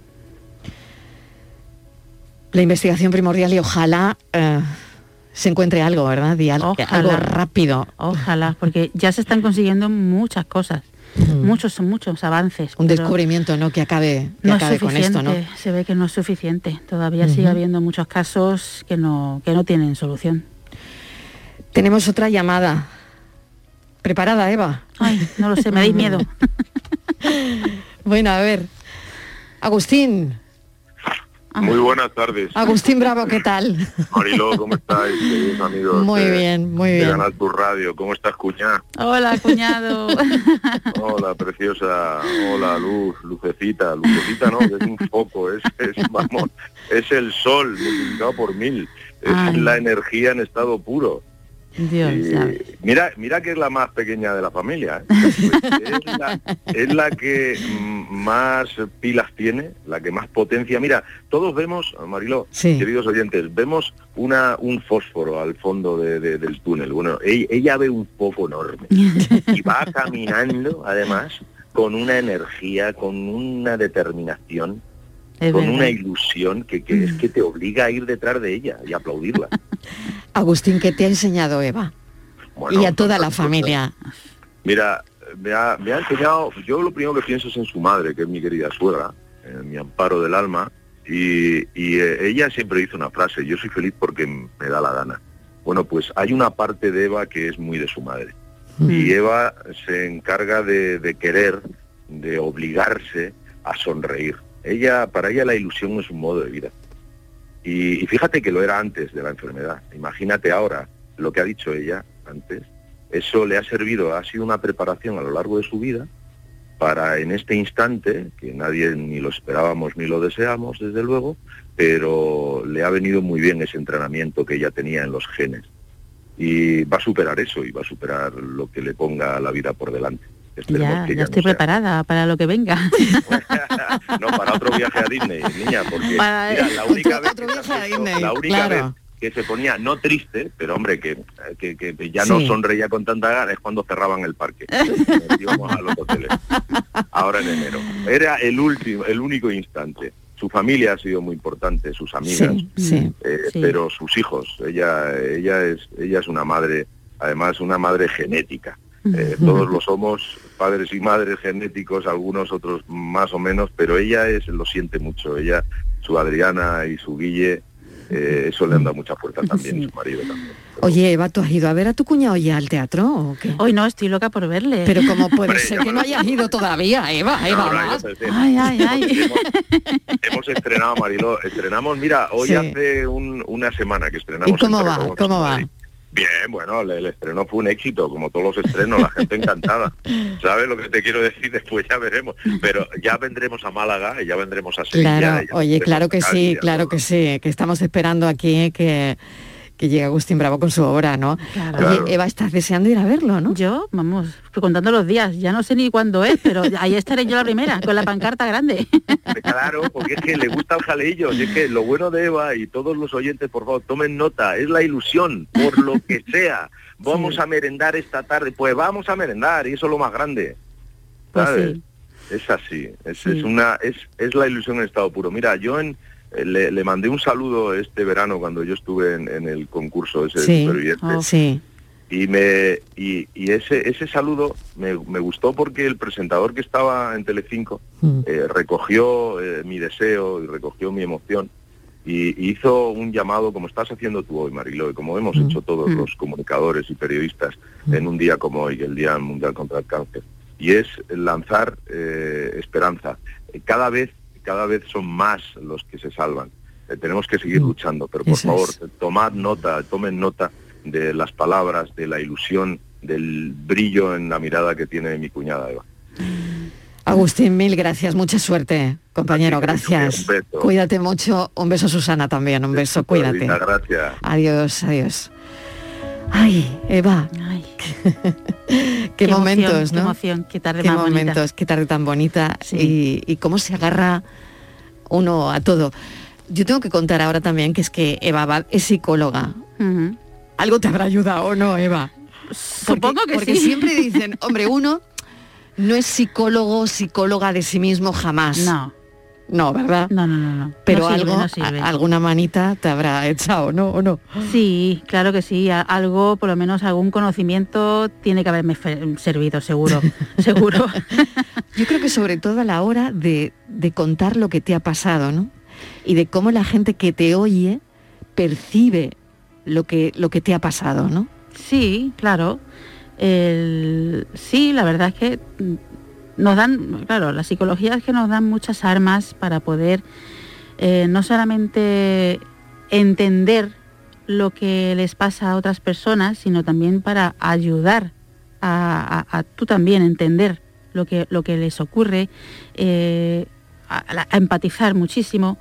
La investigación primordial y ojalá eh, se encuentre algo, ¿verdad? Y al- algo rápido.
Ojalá, porque ya se están consiguiendo muchas cosas, mm. muchos, muchos avances.
Un descubrimiento, ¿no? Que acabe, que
no
acabe
es
con esto, ¿no?
Se ve que no es suficiente. Todavía uh-huh. sigue habiendo muchos casos que no, que no tienen solución.
Tenemos otra llamada. ¿Preparada, Eva?
Ay, no lo sé, me dais miedo.
Bueno, a ver. Agustín.
Muy buenas tardes.
Agustín Bravo, ¿qué tal?
Mariló, ¿cómo estáis, queridos amigos?
Muy
de,
bien, muy bien.
De Canal Sur Radio, ¿cómo estás, cuñada?
Hola, cuñado.
Hola, preciosa. Hola, Luz, Lucecita. Lucecita no, es un foco, es, es, vamos, es el sol multiplicado por mil. Es Ay. la energía en estado puro.
Dios,
y, mira, mira que es la más pequeña de la familia, ¿eh? Pues es, la, es la que m- más pilas tiene, la que más potencia. Mira, todos vemos, Mariló, sí. queridos oyentes, vemos una un fósforo al fondo de, de, del túnel. Bueno, ella, ella ve un foco enorme y va caminando, además, con una energía, con una determinación. Es con verdad. Una ilusión que, que es que te obliga a ir detrás de ella y aplaudirla.
Agustín, ¿qué te ha enseñado Eva? Bueno, y a toda la familia.
Mira, me ha, me ha enseñado, yo lo primero que pienso es en su madre, que es mi querida suegra, en mi amparo del alma, y, y eh, ella siempre dice una frase: yo soy feliz porque me da la gana. Bueno, pues hay una parte de Eva que es muy de su madre. Mm. Y Eva se encarga de, de querer de obligarse a sonreír. Ella, para ella la ilusión es un modo de vida. Y, y fíjate que lo era antes de la enfermedad. Imagínate ahora lo que ha dicho ella antes. Eso le ha servido, ha sido una preparación a lo largo de su vida para en este instante, que nadie ni lo esperábamos ni lo deseamos, desde luego, pero le ha venido muy bien ese entrenamiento que ella tenía en los genes. Y va a superar eso, y va a superar lo que le ponga la vida por delante.
Ya, ya estoy no preparada para lo que venga.
No, para otro viaje a Disney, niña, porque
para
mira, la única
otro,
vez
otro viaje a Disney,
la única
claro.
vez que se ponía, no triste, pero hombre, que, que, que ya
Sí.
no sonreía con tanta gana, es cuando cerraban el parque. Nos íbamos a los hoteles. Ahora en enero. Era el último, el único instante. Su familia ha sido muy importante, sus amigas,
Sí, sí,
eh,
sí.
pero sus hijos. Ella, ella es, ella es una madre, además una madre genética. Eh, todos lo somos, padres y madres genéticos, algunos otros más o menos, pero ella es, lo siente mucho. Ella, su Adriana y su Guille, eh, eso le han dado mucha fuerza también,
Sí.
y su marido también.
Oye, Eva, ¿tú has ido a ver a tu cuñado ya al teatro o qué?
Hoy no, estoy loca por verle.
Pero ¿cómo puede
Hombre,
ser
ya
que
me
no
lo-
hayas ido todavía, Eva? Eva,
Ahora
vas.
ya sé,
Ay, ay, ay.
Hemos, hemos estrenado, Mariló, estrenamos, mira, hoy
Sí.
hace un- una semana que estrenamos.
¿Y cómo
el
va?
Torrelodones
¿Cómo va?
Madrid. Bien, bueno, el, el estreno fue un éxito, como todos los estrenos, la gente encantada. ¿Sabes lo que te quiero decir? Después ya veremos. Pero ya vendremos a Málaga y ya vendremos a Sevilla.
Claro,
ya
oye,
vendremos
claro que
a Cádiz,
sí,
a
claro
todo.
que sí, que estamos esperando aquí que, que llegue Agustín Bravo con su obra, ¿no?
Claro.
Oye,
Claro.
Eva, estás deseando ir a verlo, ¿no?
Yo, vamos, contando los días, ya no sé ni cuándo es, pero ahí estaré yo la primera, con la pancarta grande.
Claro, porque es que le gusta el jaleillo, y es que lo bueno de Eva y todos los oyentes, por favor, tomen nota, es la ilusión, por lo que sea. Vamos
Sí.
a merendar esta tarde, pues vamos a merendar, y eso es lo más grande.
Pues
¿Sabes?
sí.
Es así, es,
Sí.
es una, es, es la ilusión en estado puro. Mira, yo en, eh, le, le mandé un saludo este verano cuando yo estuve en, en el concurso ese de
Sí,
superviviente.
Oh.
sí.
Y me y, y ese ese saludo me, me gustó porque el presentador que estaba en Telecinco
Mm.
eh, recogió eh, mi deseo y recogió mi emoción y, y hizo un llamado como estás haciendo tú hoy, Mariló, y como hemos
Mm.
hecho todos
Mm.
los comunicadores y periodistas
Mm.
en un día como hoy, el Día Mundial contra el Cáncer. Y es lanzar eh, esperanza. Eh, Cada vez cada vez son más los que se salvan. Eh, tenemos que seguir
Mm.
luchando, pero por
Eso
favor,
es.
tomad nota, tomen nota de las palabras, de la ilusión, del brillo en la mirada que tiene mi cuñada Eva.
Agustín, mil gracias, mucha suerte, compañero,
Así que,
gracias.
un beso.
Cuídate mucho, un beso Susana también, un beso, cuídate.
Muchas gracias.
Adiós, adiós. Ay, Eva,
Ay,
qué,
qué emoción,
momentos,
qué
¿no?
emoción, qué tarde
Qué
más bonita.
momentos, qué tarde tan bonita
Sí.
y, y cómo se agarra uno a todo. Yo tengo que contar ahora también que es que Eva Abad es psicóloga.
Ujú.
¿Algo te habrá ayudado o no, Eva?
Supongo que
porque
sí.
siempre dicen, hombre, uno no es psicólogo, psicóloga de sí mismo jamás.
No,
No, ¿verdad?
no, no, no. no.
Pero
No sirve,
algo,
no sirve.
a- alguna manita te habrá echado, ¿no? ¿O no?
Sí, claro que sí, a- algo, por lo menos algún conocimiento tiene que haberme fe- servido, seguro, seguro.
Yo creo que sobre todo a la hora de, de contar lo que te ha pasado, ¿no? Y de cómo la gente que te oye percibe lo que, lo que te ha pasado, ¿no?
Sí, claro. El- sí, la verdad es que mm, nos dan, claro, la psicología es que nos dan muchas armas para poder eh, no solamente entender lo que les pasa a otras personas, sino también para ayudar a, a- a tú también entender lo que, lo que les ocurre, eh, a, a empatizar muchísimo.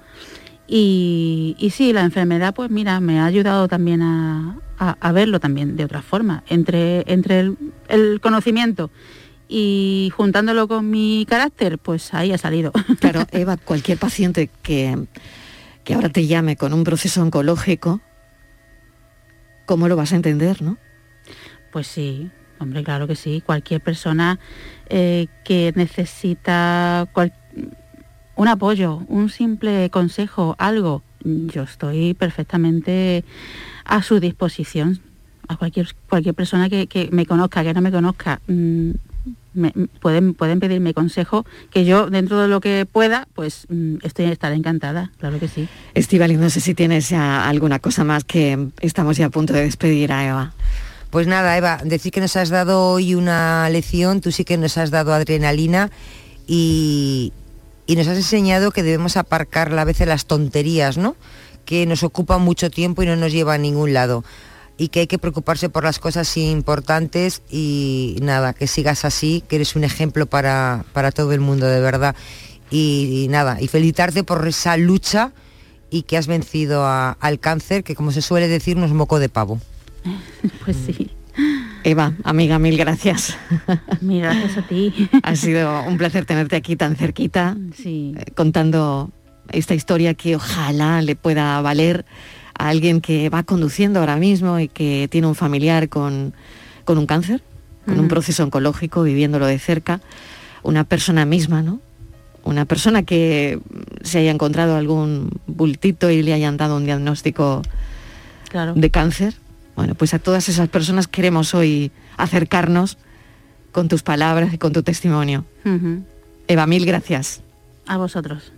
Y, y sí, la enfermedad, pues mira, me ha ayudado también a, a- a verlo también de otra forma, entre, entre el, el conocimiento y juntándolo con mi carácter, pues ahí ha salido.
Claro, Eva, cualquier paciente que, que ahora te llame con un proceso oncológico, ¿cómo lo vas a entender, no?
Pues sí, hombre, claro que sí. Cualquier persona eh, que necesita cual- un apoyo, un simple consejo, algo, yo estoy perfectamente a su disposición. A cualquier cualquier persona que, que me conozca, que no me conozca, mm, me- pueden pueden pedirme consejo, que yo dentro de lo que pueda, pues mm, estoy estaré encantada, claro que sí.
Estíbaliz, no sé si tienes ya alguna cosa más, que estamos ya a punto de despedir a Eva.
Pues nada, Eva, decir que nos has dado hoy una lección, tú sí que nos has dado adrenalina y, y nos has enseñado que debemos aparcar a veces las tonterías, ¿no? Que nos ocupan mucho tiempo y no nos llevan a ningún lado, y que hay que preocuparse por las cosas importantes, y nada, que sigas así, que eres un ejemplo para, para todo el mundo, de verdad. Y, y nada, y felicitarte por esa lucha y que has vencido a, al cáncer, que como se suele decir, no es moco de pavo.
Pues sí.
Eva, amiga, mil gracias.
Mil gracias a ti.
Ha sido un placer tenerte aquí tan cerquita,
sí.
eh, contando esta historia que ojalá le pueda valer a alguien que va conduciendo ahora mismo y que tiene un familiar con, con un cáncer, con uh-huh. un proceso oncológico, viviéndolo de cerca, una persona misma, ¿no? Una persona que se haya encontrado algún bultito y le hayan dado un diagnóstico
claro.
de cáncer. Bueno, pues a todas esas personas queremos hoy acercarnos con tus palabras y con tu testimonio.
Uh-huh.
Eva, mil gracias.
A vosotros.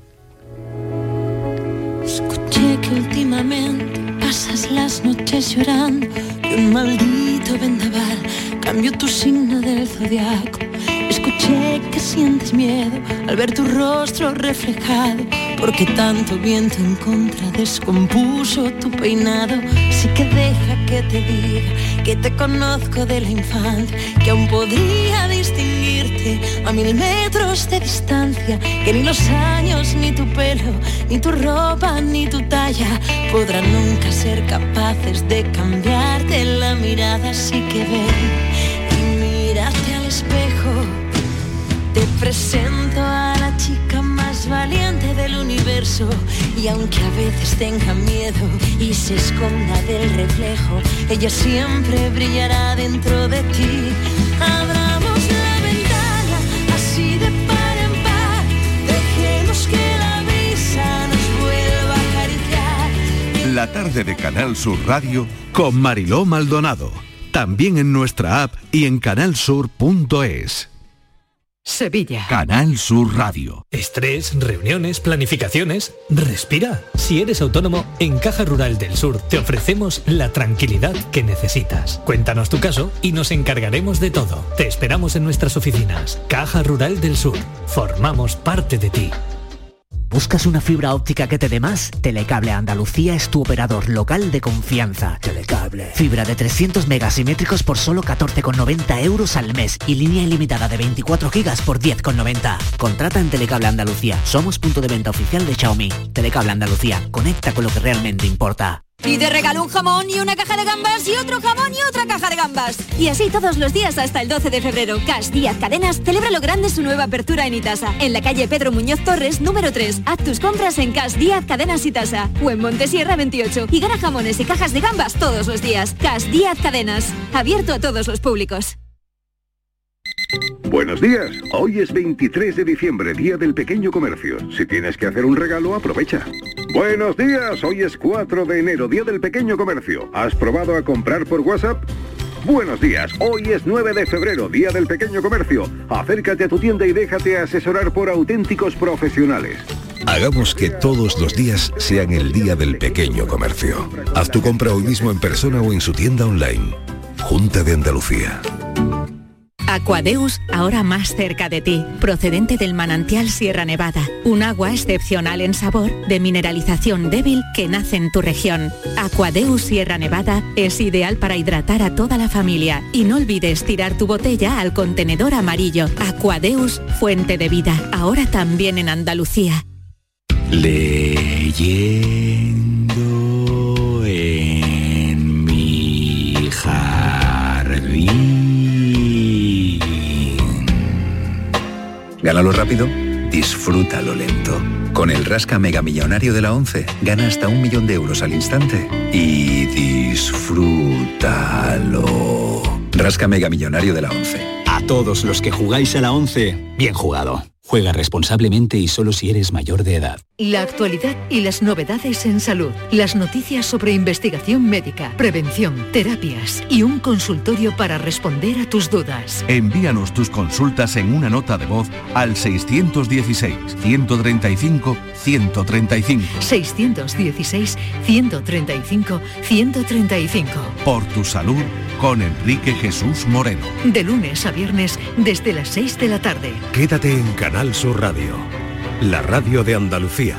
Escuché que últimamente pasas las noches llorando, que un maldito vendaval cambió tu signo del zodiaco. Escuché que sientes miedo al ver tu rostro reflejado, porque tanto viento en contra descompuso tu peinado. Así que deja que te diga que te conozco de la infancia, que aún podría distinguirte a mil metros de distancia, que ni los años, ni tu pelo, ni tu ropa, ni tu talla podrán nunca ser capaces de cambiarte la mirada. Así que ven y mírate al espejo. Te presento a la chica más valiente del universo, y aunque a veces tenga miedo y se esconda del reflejo, ella siempre brillará dentro de ti. Abramos la ventana así de par en par, dejemos que la brisa nos vuelva a acariciar.
La tarde de Canal Sur Radio con Mariló Maldonado, también en nuestra app y en canal sur punto es.
Sevilla.
Canal Sur Radio.
Estrés, reuniones, planificaciones. Respira. Si eres autónomo, en Caja Rural del Sur te ofrecemos la tranquilidad que necesitas. Cuéntanos tu caso y nos encargaremos de todo. Te esperamos en nuestras oficinas. Caja Rural del Sur. Formamos parte de ti.
¿Buscas una fibra óptica que te dé más? Telecable Andalucía es tu operador local de confianza. Telecable. Fibra de trescientos megasimétricos por solo catorce con noventa euros al mes y línea ilimitada de veinticuatro gigas por diez con noventa. Contrata en Telecable Andalucía. Somos punto de venta oficial de Xiaomi. Telecable Andalucía. Conecta con lo que realmente importa.
Y te regalo un jamón y una caja de gambas y otro jamón y otra caja de gambas. Y así todos los días hasta el doce de febrero. Cash Díaz Cadenas celebra lo grande su nueva apertura en Itasa, en la calle Pedro Muñoz Torres, número tres. Haz tus compras en Cash Díaz Cadenas Itasa o en Montesierra veintiocho y gana jamones y cajas de gambas todos los días. Cash Díaz Cadenas, abierto a todos los públicos.
Buenos días, hoy es veintitrés de diciembre, Día del Pequeño Comercio. Si tienes que hacer un regalo, aprovecha. Buenos días, hoy es cuatro de enero, Día del Pequeño Comercio. ¿Has probado a comprar por WhatsApp? Buenos días, hoy es nueve de febrero, Día del Pequeño Comercio. Acércate a tu tienda y déjate asesorar por auténticos profesionales.
Hagamos que todos los días sean el Día del Pequeño Comercio. Haz tu compra hoy mismo en persona o en su tienda online. Junta de Andalucía.
Aquadeus, ahora más cerca de ti, procedente del manantial Sierra Nevada, un agua excepcional en sabor, de mineralización débil que nace en tu región. Aquadeus Sierra Nevada es ideal para hidratar a toda la familia y no olvides tirar tu botella al contenedor amarillo. Aquadeus, fuente de vida, ahora también en Andalucía.
Leyendo en mi jardín. Gánalo rápido, disfrútalo lento. Con el Rasca Mega Millonario de la ONCE, gana hasta un millón de euros al instante y disfrútalo. Rasca Mega Millonario de la ONCE.
A todos los que jugáis a la ONCE, bien jugado. Juega responsablemente y solo si eres mayor de edad.
La actualidad y las novedades en salud. Las noticias sobre investigación médica, prevención, terapias y un consultorio para responder a tus dudas.
Envíanos tus consultas en una nota de voz al seiscientos dieciséis, ciento treinta y cinco, ciento treinta y cinco.
seiscientos dieciséis, ciento treinta y cinco, ciento treinta y cinco.
Por tu salud con Enrique Jesús Moreno.
De lunes a viernes desde las seis de la tarde.
Quédate en Canal Sur Radio, la radio de Andalucía.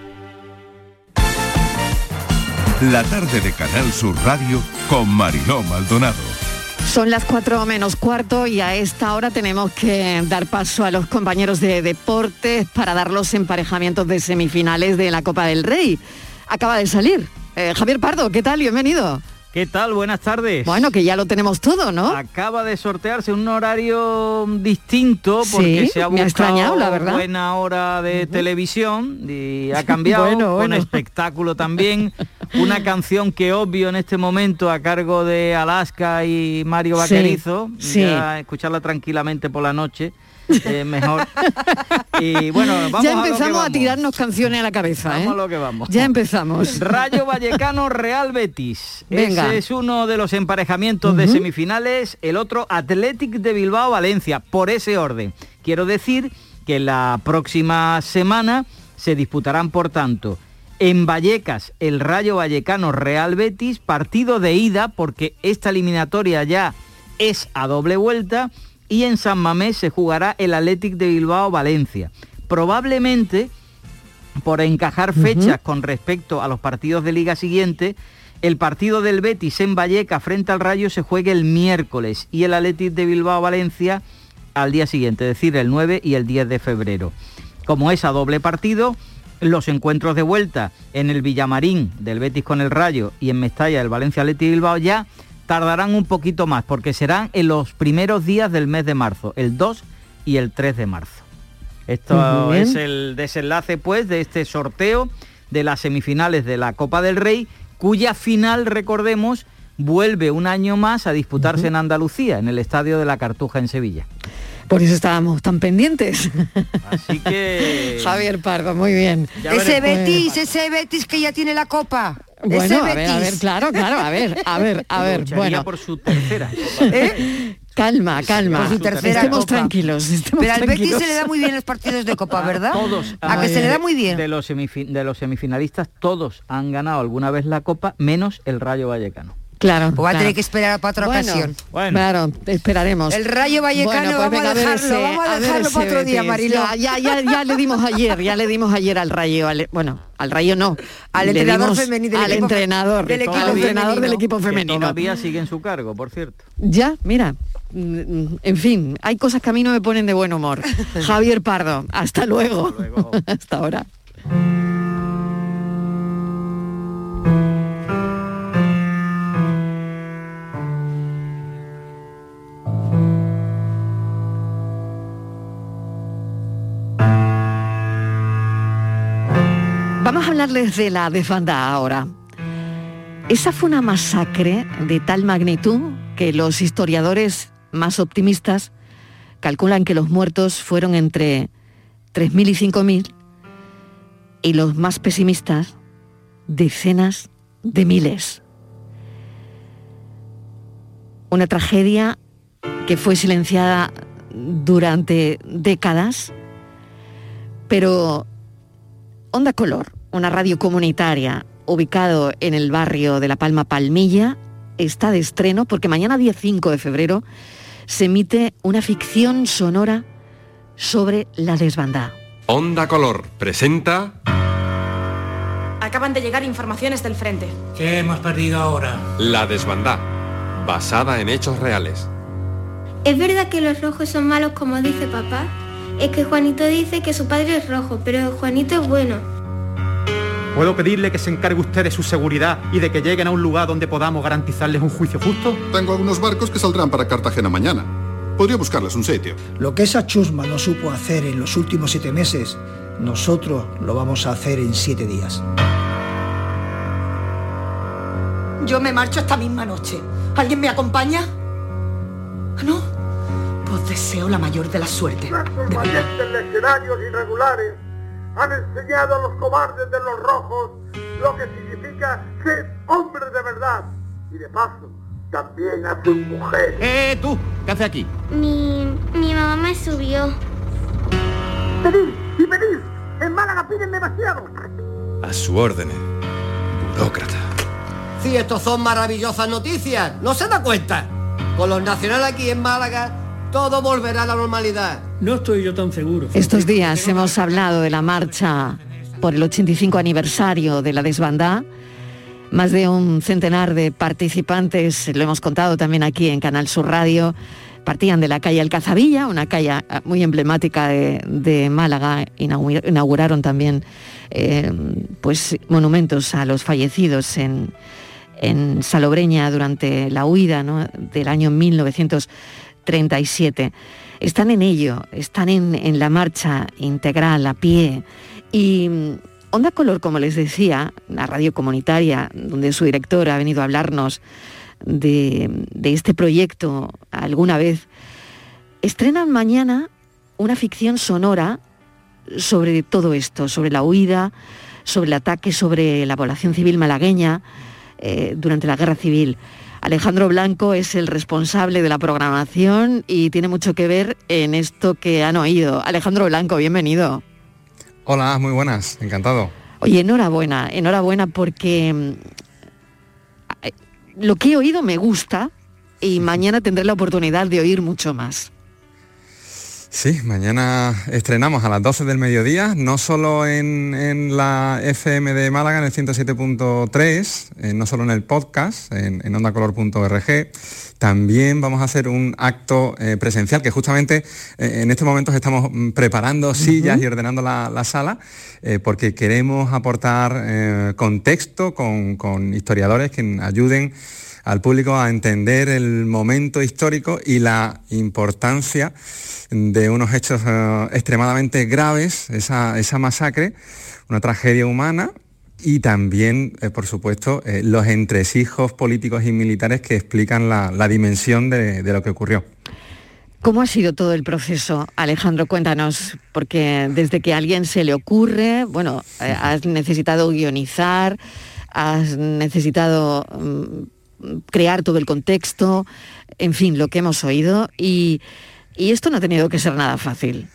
La tarde de Canal Sur Radio con Mariló Maldonado.
Son las cuatro menos cuarto y a esta hora tenemos que dar paso a los compañeros de deportes para dar los emparejamientos de semifinales de la Copa del Rey. Acaba de salir. Eh, Javier Pardo, ¿qué tal? Bienvenido.
¿Qué tal? Buenas tardes.
Bueno, que ya lo tenemos todo, ¿no?
Acaba de sortearse un horario distinto porque
sí,
se ha
me ha extrañado, la
buscado
verdad.
buena hora de uh-huh. televisión y ha cambiado
bueno,
con
bueno.
espectáculo también. Una canción que obvio en este momento a cargo de Alaska y Mario Vaquerizo.
Sí, sí.
Ya escucharla tranquilamente por la noche. Eh, mejor. Y bueno, vamos
ya
empezamos
a, lo que vamos.
a
tirarnos canciones a la cabeza.
Vamos
¿eh?
a lo que vamos.
Ya empezamos.
Rayo Vallecano Real Betis.
Venga.
Ese es uno de los emparejamientos uh-huh. de semifinales. El otro Athletic de Bilbao Valencia. Por ese orden. Quiero decir que la próxima semana se disputarán, por tanto, en Vallecas el Rayo Vallecano Real Betis, partido de ida porque esta eliminatoria ya es a doble vuelta. Y en San Mamés se jugará el Athletic de Bilbao Valencia. Probablemente, por encajar fechas uh-huh. con respecto a los partidos de liga siguiente, el partido del Betis en Vallecas frente al Rayo se juegue el miércoles y el Athletic de Bilbao Valencia al día siguiente, es decir, el nueve y el diez de febrero. Como es a doble partido, los encuentros de vuelta en el Villamarín del Betis con el Rayo y en Mestalla el Valencia Athletic de Bilbao ya tardarán un poquito más, porque serán en los primeros días del mes de marzo, el dos y el tres de marzo. Esto es el desenlace, pues, de este sorteo de las semifinales de la Copa del Rey, cuya final, recordemos, vuelve un año más a disputarse uh-huh. en Andalucía, en el Estadio de la Cartuja en Sevilla.
Por eso estábamos tan pendientes.
Así que...
Javier Pardo, muy bien.
Ese Betis, ese Betis que ya tiene la Copa.
Bueno,
ese
a
Betis.
ver, a ver, claro, claro, a ver, a ver, a ver, bueno.
por su tercera.
¿Eh? Calma, calma.
Por su tercera
estemos
Copa.
tranquilos. Estemos
Pero al
tranquilos.
Betis se le da muy bien los partidos de Copa, ¿verdad?
Todos.
A, a que se le da muy bien.
De los, semifin- de los semifinalistas, todos han ganado alguna vez la Copa, menos el Rayo Vallecano.
Claro.
Pues va
claro.
a tener que esperar para otra
bueno,
ocasión.
Bueno.
Claro, esperaremos.
El Rayo Vallecano,
bueno, pues
vamos,
venga,
a dejarlo,
ese,
vamos a dejarlo para otro día, Mariló.
Ya, ya, ya, ya le dimos ayer, ya le dimos ayer al Rayo, al, bueno, al Rayo no,
al
le
entrenador
dimos
femenino,
al
equipo,
entrenador,
del equipo
al entrenador
femenino.
del equipo femenino.
Que todavía sigue en su cargo, por cierto.
Ya, mira, en fin, hay cosas que a mí no me ponen de buen humor. Javier Pardo, hasta luego. Hasta luego. Hasta ahora. Vamos a hablarles de la desbandada ahora. Esa fue una masacre de tal magnitud que los historiadores más optimistas calculan que los muertos fueron entre tres mil y cinco mil y los más pesimistas decenas de miles. Una tragedia que fue silenciada durante décadas, pero Onda Color, una radio comunitaria ubicado en el barrio de La Palma Palmilla, está de estreno porque mañana día cinco de febrero se emite una ficción sonora sobre la desbandada.
Onda Color presenta...
Acaban de llegar informaciones del frente.
¿Qué hemos perdido ahora?
La desbandada, basada en hechos reales.
¿Es verdad que los rojos son malos como dice papá? Es que Juanito dice que su padre es rojo, pero Juanito es bueno.
¿Puedo pedirle que se encargue usted de su seguridad y de que lleguen a un lugar donde podamos garantizarles un juicio justo?
Tengo algunos barcos que saldrán para Cartagena mañana. Podría buscarles un sitio.
Lo que esa chusma no supo hacer en los últimos siete meses, nosotros lo vamos a hacer en siete días.
Yo me marcho esta misma noche. ¿Alguien me acompaña? ¿No? Os deseo la mayor de las suertes.
Nuestros valientes legionarios irregulares han enseñado a los cobardes de los rojos lo que significa ser hombres de verdad. Y de paso, también a sus mujeres.
¡Eh, tú! ¿Qué haces aquí?
Mi... mi mamá me subió.
¡Pedid! ¡Y pedid! En Málaga piden demasiado.
A su orden, burócrata.
Si estos son maravillosas noticias, ¿no se da cuenta?
Con los nacionales aquí en Málaga, todo volverá a la normalidad.
No estoy yo tan seguro.
Estos días hemos hablado de la marcha por el ochenta y cinco aniversario de la desbandada. Más de un centenar de participantes, lo hemos contado también aquí en Canal Sur Radio, partían de la calle Alcazabilla, una calle muy emblemática de, de Málaga. Inauguraron también eh, pues, monumentos a los fallecidos en, en Salobreña durante la huida, ¿no?, del año mil novecientos treinta y siete. Están en ello, están en, en la marcha integral, a pie. Y Onda Color, como les decía, la radio comunitaria, donde su director ha venido a hablarnos de, de este proyecto alguna vez, estrenan mañana una ficción sonora sobre todo esto, sobre la huida, sobre el ataque sobre la población civil malagueña eh, durante la Guerra Civil. Alejandro Blanco es el responsable de la programación y tiene mucho que ver en esto que han oído. Alejandro Blanco, bienvenido.
Hola, muy buenas, encantado.
Oye, enhorabuena, enhorabuena porque lo que he oído me gusta y mañana tendré la oportunidad de oír mucho más.
Sí, mañana estrenamos a las doce del mediodía, no solo en, en la F M de Málaga, en el ciento siete punto tres, eh, no solo en el podcast, en, en onda color punto org, también vamos a hacer un acto eh, presencial, que justamente eh, en este momento estamos preparando sillas uh-huh. y ordenando la, la sala, eh, porque queremos aportar eh, contexto con, con historiadores que ayuden al público a entender el momento histórico y la importancia de unos hechos uh, extremadamente graves, esa, esa masacre, una tragedia humana, y también, eh, por supuesto, eh, los entresijos políticos y militares que explican la, la dimensión de, de lo que ocurrió.
¿Cómo ha sido todo el proceso, Alejandro? Cuéntanos, porque desde que a alguien se le ocurre, bueno, eh, has necesitado guionizar, has necesitado um, crear todo el contexto, en fin, lo que hemos oído, y, y esto no ha tenido que ser nada fácil.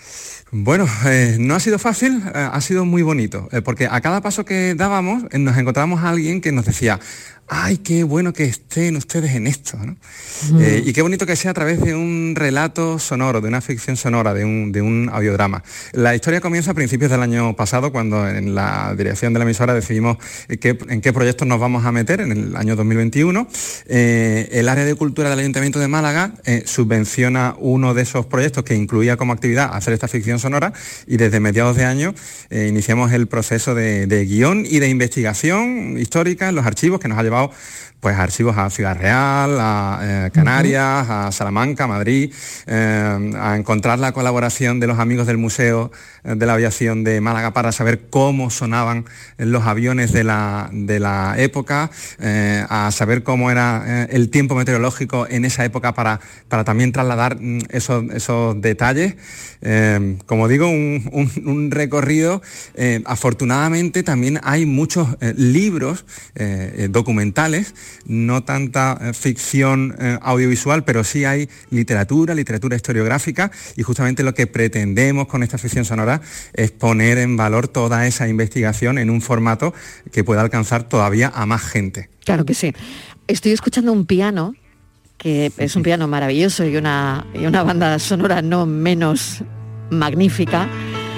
Bueno, eh, no ha sido fácil, eh, ha sido muy bonito, eh, porque a cada paso que dábamos eh, nos encontramos a alguien que nos decía: ¡ay, qué bueno que estén ustedes en esto!, ¿no? Mm. Eh, y qué bonito que sea a través de un relato sonoro, de una ficción sonora, de un, de un audiodrama. La historia comienza a principios del año pasado, cuando en la dirección de la emisora decidimos qué, en qué proyectos nos vamos a meter en el año dos mil veintiuno. Eh, el área de cultura del Ayuntamiento de Málaga eh, subvenciona uno de esos proyectos que incluía como actividad hacer esta ficción sonora, y desde mediados de año eh, iniciamos el proceso de, de guión y de investigación histórica en los archivos, que nos ha llevado pues archivos a Ciudad Real, a eh, Canarias, a Salamanca, a Madrid, eh, a encontrar la colaboración de los amigos del Museo de la Aviación de Málaga para saber cómo sonaban los aviones de la, de la época, eh, a saber cómo era eh, el tiempo meteorológico en esa época para, para también trasladar mm, esos, esos detalles. Eh, como digo, un, un, un recorrido. Eh, afortunadamente también hay muchos eh, libros eh, documentales, no tanta eh, ficción eh, audiovisual, pero sí hay literatura, literatura historiográfica, y justamente lo que pretendemos con esta ficción sonora es poner en valor toda esa investigación en un formato que pueda alcanzar todavía a más gente.
Claro que sí. Estoy escuchando un piano, que es un piano maravilloso, y una, y una banda sonora no menos magnífica,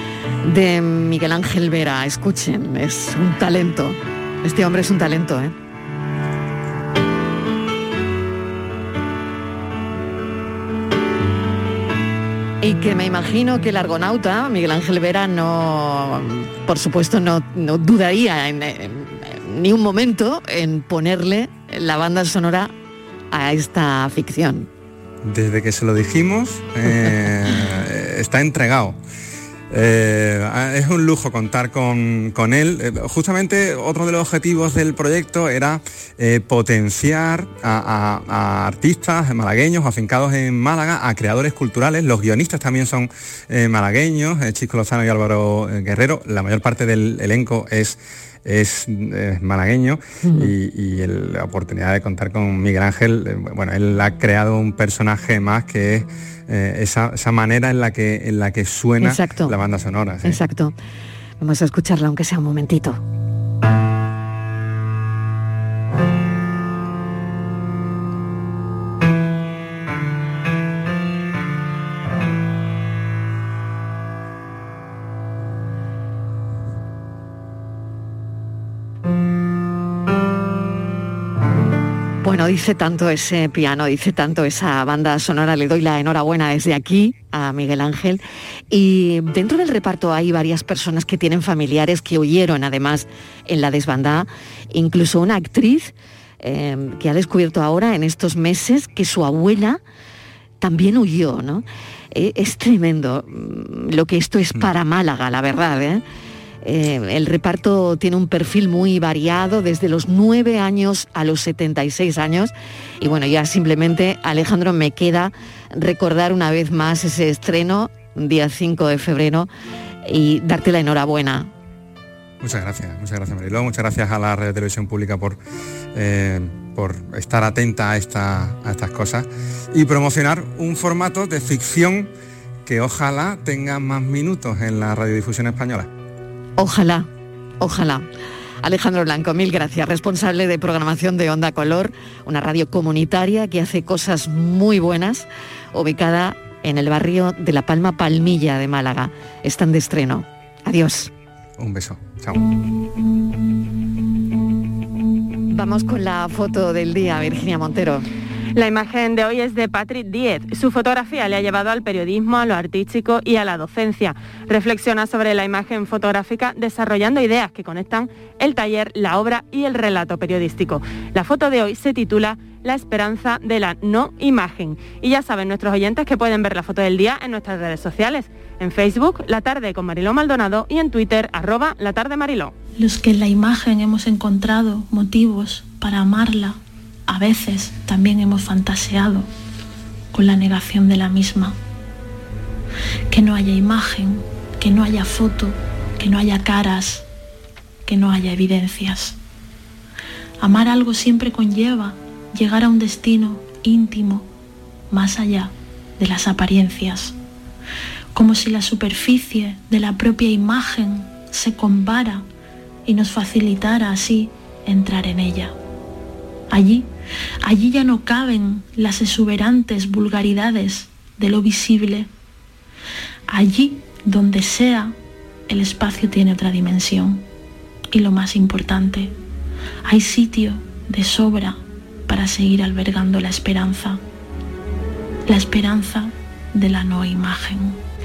de Miguel Ángel Vera. Escuchen, es un talento. Este hombre es un talento, ¿eh? Y que me imagino que el argonauta, Miguel Ángel Vera, no, por supuesto, no, no dudaría en, en, en ni un momento en ponerle la banda sonora a esta ficción.
Desde que se lo dijimos, eh, está entregado. Eh, es un lujo contar con, con él. Eh, justamente otro de los objetivos del proyecto era eh, potenciar a, a, a artistas malagueños afincados en Málaga, a creadores culturales. Los guionistas también son eh, malagueños, eh, Chisco Lozano y Álvaro eh, Guerrero. La mayor parte del elenco es es eh, malagueño, uh-huh. y, y el, la oportunidad de contar con Miguel Ángel, eh, bueno, él ha creado un personaje más que es eh, esa, esa manera en la que, en la que suena Exacto. la banda sonora. ¿Sí?
Exacto. Vamos a escucharla aunque sea un momentito. Bueno, dice tanto ese piano, dice tanto esa banda sonora. Le doy la enhorabuena desde aquí a Miguel Ángel. Y dentro del reparto hay varias personas que tienen familiares que huyeron además en la desbandada. Incluso una actriz eh, que ha descubierto ahora en estos meses que su abuela también huyó, ¿no? Eh, es tremendo lo que esto es para Málaga, la verdad, ¿eh? Eh, el reparto tiene un perfil muy variado, desde los nueve años a los setenta y seis años. Y bueno, ya simplemente, Alejandro, me queda recordar una vez más ese estreno, día cinco de febrero, y darte la enhorabuena.
Muchas gracias, muchas gracias, Mariló. Muchas gracias a la Radio Televisión Pública por, eh, por estar atenta a, esta, a estas cosas y promocionar un formato de ficción que ojalá tenga más minutos en la radiodifusión española.
Ojalá, ojalá. Alejandro Blanco, mil gracias, responsable de programación de Onda Color, una radio comunitaria que hace cosas muy buenas, ubicada en el barrio de La Palma Palmilla de Málaga. Están de estreno. Adiós.
Un beso. Chao.
Vamos con la foto del día, Virginia Montero.
La imagen de hoy es de Patrick Díez. Su fotografía le ha llevado al periodismo, a lo artístico y a la docencia. Reflexiona sobre la imagen fotográfica desarrollando ideas que conectan el taller, la obra y el relato periodístico. La foto de hoy se titula La esperanza de la no imagen. Y ya saben nuestros oyentes que pueden ver la foto del día en nuestras redes sociales. En Facebook, La Tarde con Mariló Maldonado, y en Twitter, arroba La Tarde Mariló.
Los que en la imagen hemos encontrado motivos para amarla, a veces también hemos fantaseado con la negación de la misma. Que no haya imagen, que no haya foto, que no haya caras, que no haya evidencias. Amar algo siempre conlleva llegar a un destino íntimo, más allá de las apariencias. Como si la superficie de la propia imagen se combara y nos facilitara así entrar en ella. Allí, allí ya no caben las exuberantes vulgaridades de lo visible. Allí, donde sea, el espacio tiene otra dimensión. Y lo más importante, hay sitio de sobra para seguir albergando la esperanza. La esperanza de la no imagen.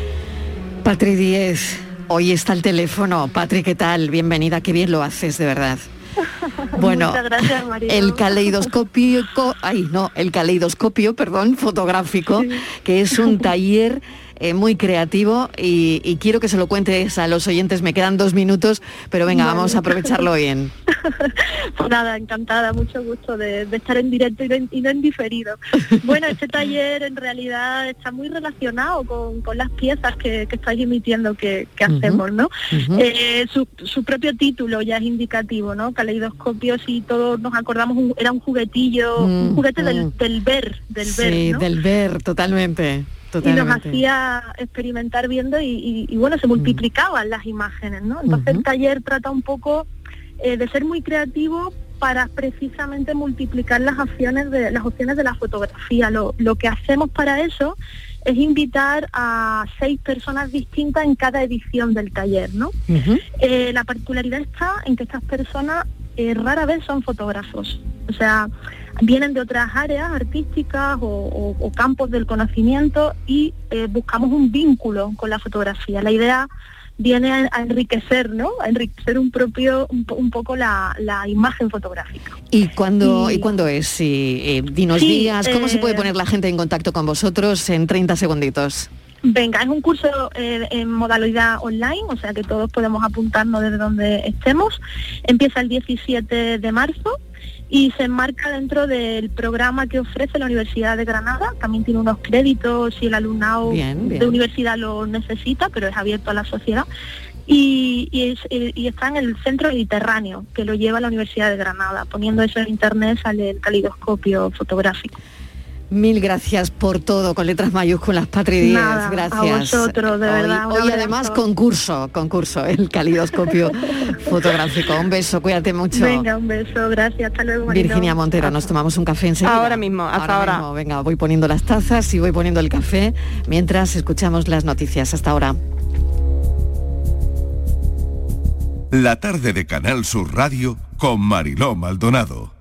Patri Díez, hoy está el teléfono. Patri, ¿qué tal? Bienvenida, qué bien lo haces, de verdad. Bueno,
muchas gracias, Mariló.
el caleidoscopio, ay no, el caleidoscopio, perdón, fotográfico, sí. Que es un taller eh, muy creativo y, y quiero que se lo cuentes a los oyentes. Me quedan dos minutos, pero venga, vale. Vamos a aprovecharlo bien.
Pues nada, encantada, mucho gusto de, de estar en directo y, de, y no en diferido. Bueno, este taller en realidad está muy relacionado con, con las piezas que, que estáis emitiendo que, que uh-huh. hacemos, ¿no? Uh-huh. Eh, su, su propio título ya es indicativo, ¿no? Caleidoscopios, y todos nos acordamos, un, era un juguetillo, uh-huh. un juguete del, del ver, del
sí,
ver, ¿no?
del ver, totalmente. Totalmente.
Y nos hacía experimentar viendo y, y, y bueno, se multiplicaban uh-huh. las imágenes, ¿no? Entonces uh-huh. el taller trata un poco eh, de ser muy creativo para precisamente multiplicar las opciones de las opciones de la fotografía. Lo, lo que hacemos para eso es invitar a seis personas distintas en cada edición del taller, ¿no? Uh-huh. Eh, la particularidad está en que estas personas eh, rara vez son fotógrafos, o sea, vienen de otras áreas artísticas o, o, o campos del conocimiento y eh, buscamos un vínculo con la fotografía. La idea viene a, a enriquecer, ¿no? A enriquecer un propio, un, un poco la, la imagen fotográfica.
¿Y cuándo, y, ¿y cuándo es? Sí, eh, dinos sí, días, ¿cómo eh, se puede poner la gente en contacto con vosotros en treinta segunditos?
Venga, es un curso eh, en modalidad online, o sea que todos podemos apuntarnos desde donde estemos. Empieza el diecisiete de marzo y se enmarca dentro del programa que ofrece la Universidad de Granada. También tiene unos créditos si el alumnado bien, bien. de universidad lo necesita, pero es abierto a la sociedad. Y, y, es, y está en el Centro Mediterráneo, que lo lleva la Universidad de Granada. Poniendo eso en internet sale el caleidoscopio fotográfico.
Mil gracias por todo, con letras mayúsculas, Patri Díez,
Nada,
gracias.
A vosotros, de
hoy,
verdad.
Hoy además concurso, concurso, el caleidoscopio fotográfico. Un beso, cuídate mucho.
Venga, un beso, gracias, hasta luego, Marino.
Virginia Montero, nos tomamos un café enseguida.
Ahora mismo, hasta
ahora.
ahora.
Mismo. Venga, voy poniendo las tazas y voy poniendo el café mientras escuchamos las noticias. Hasta ahora.
La tarde de Canal Sur Radio con Mariló Maldonado.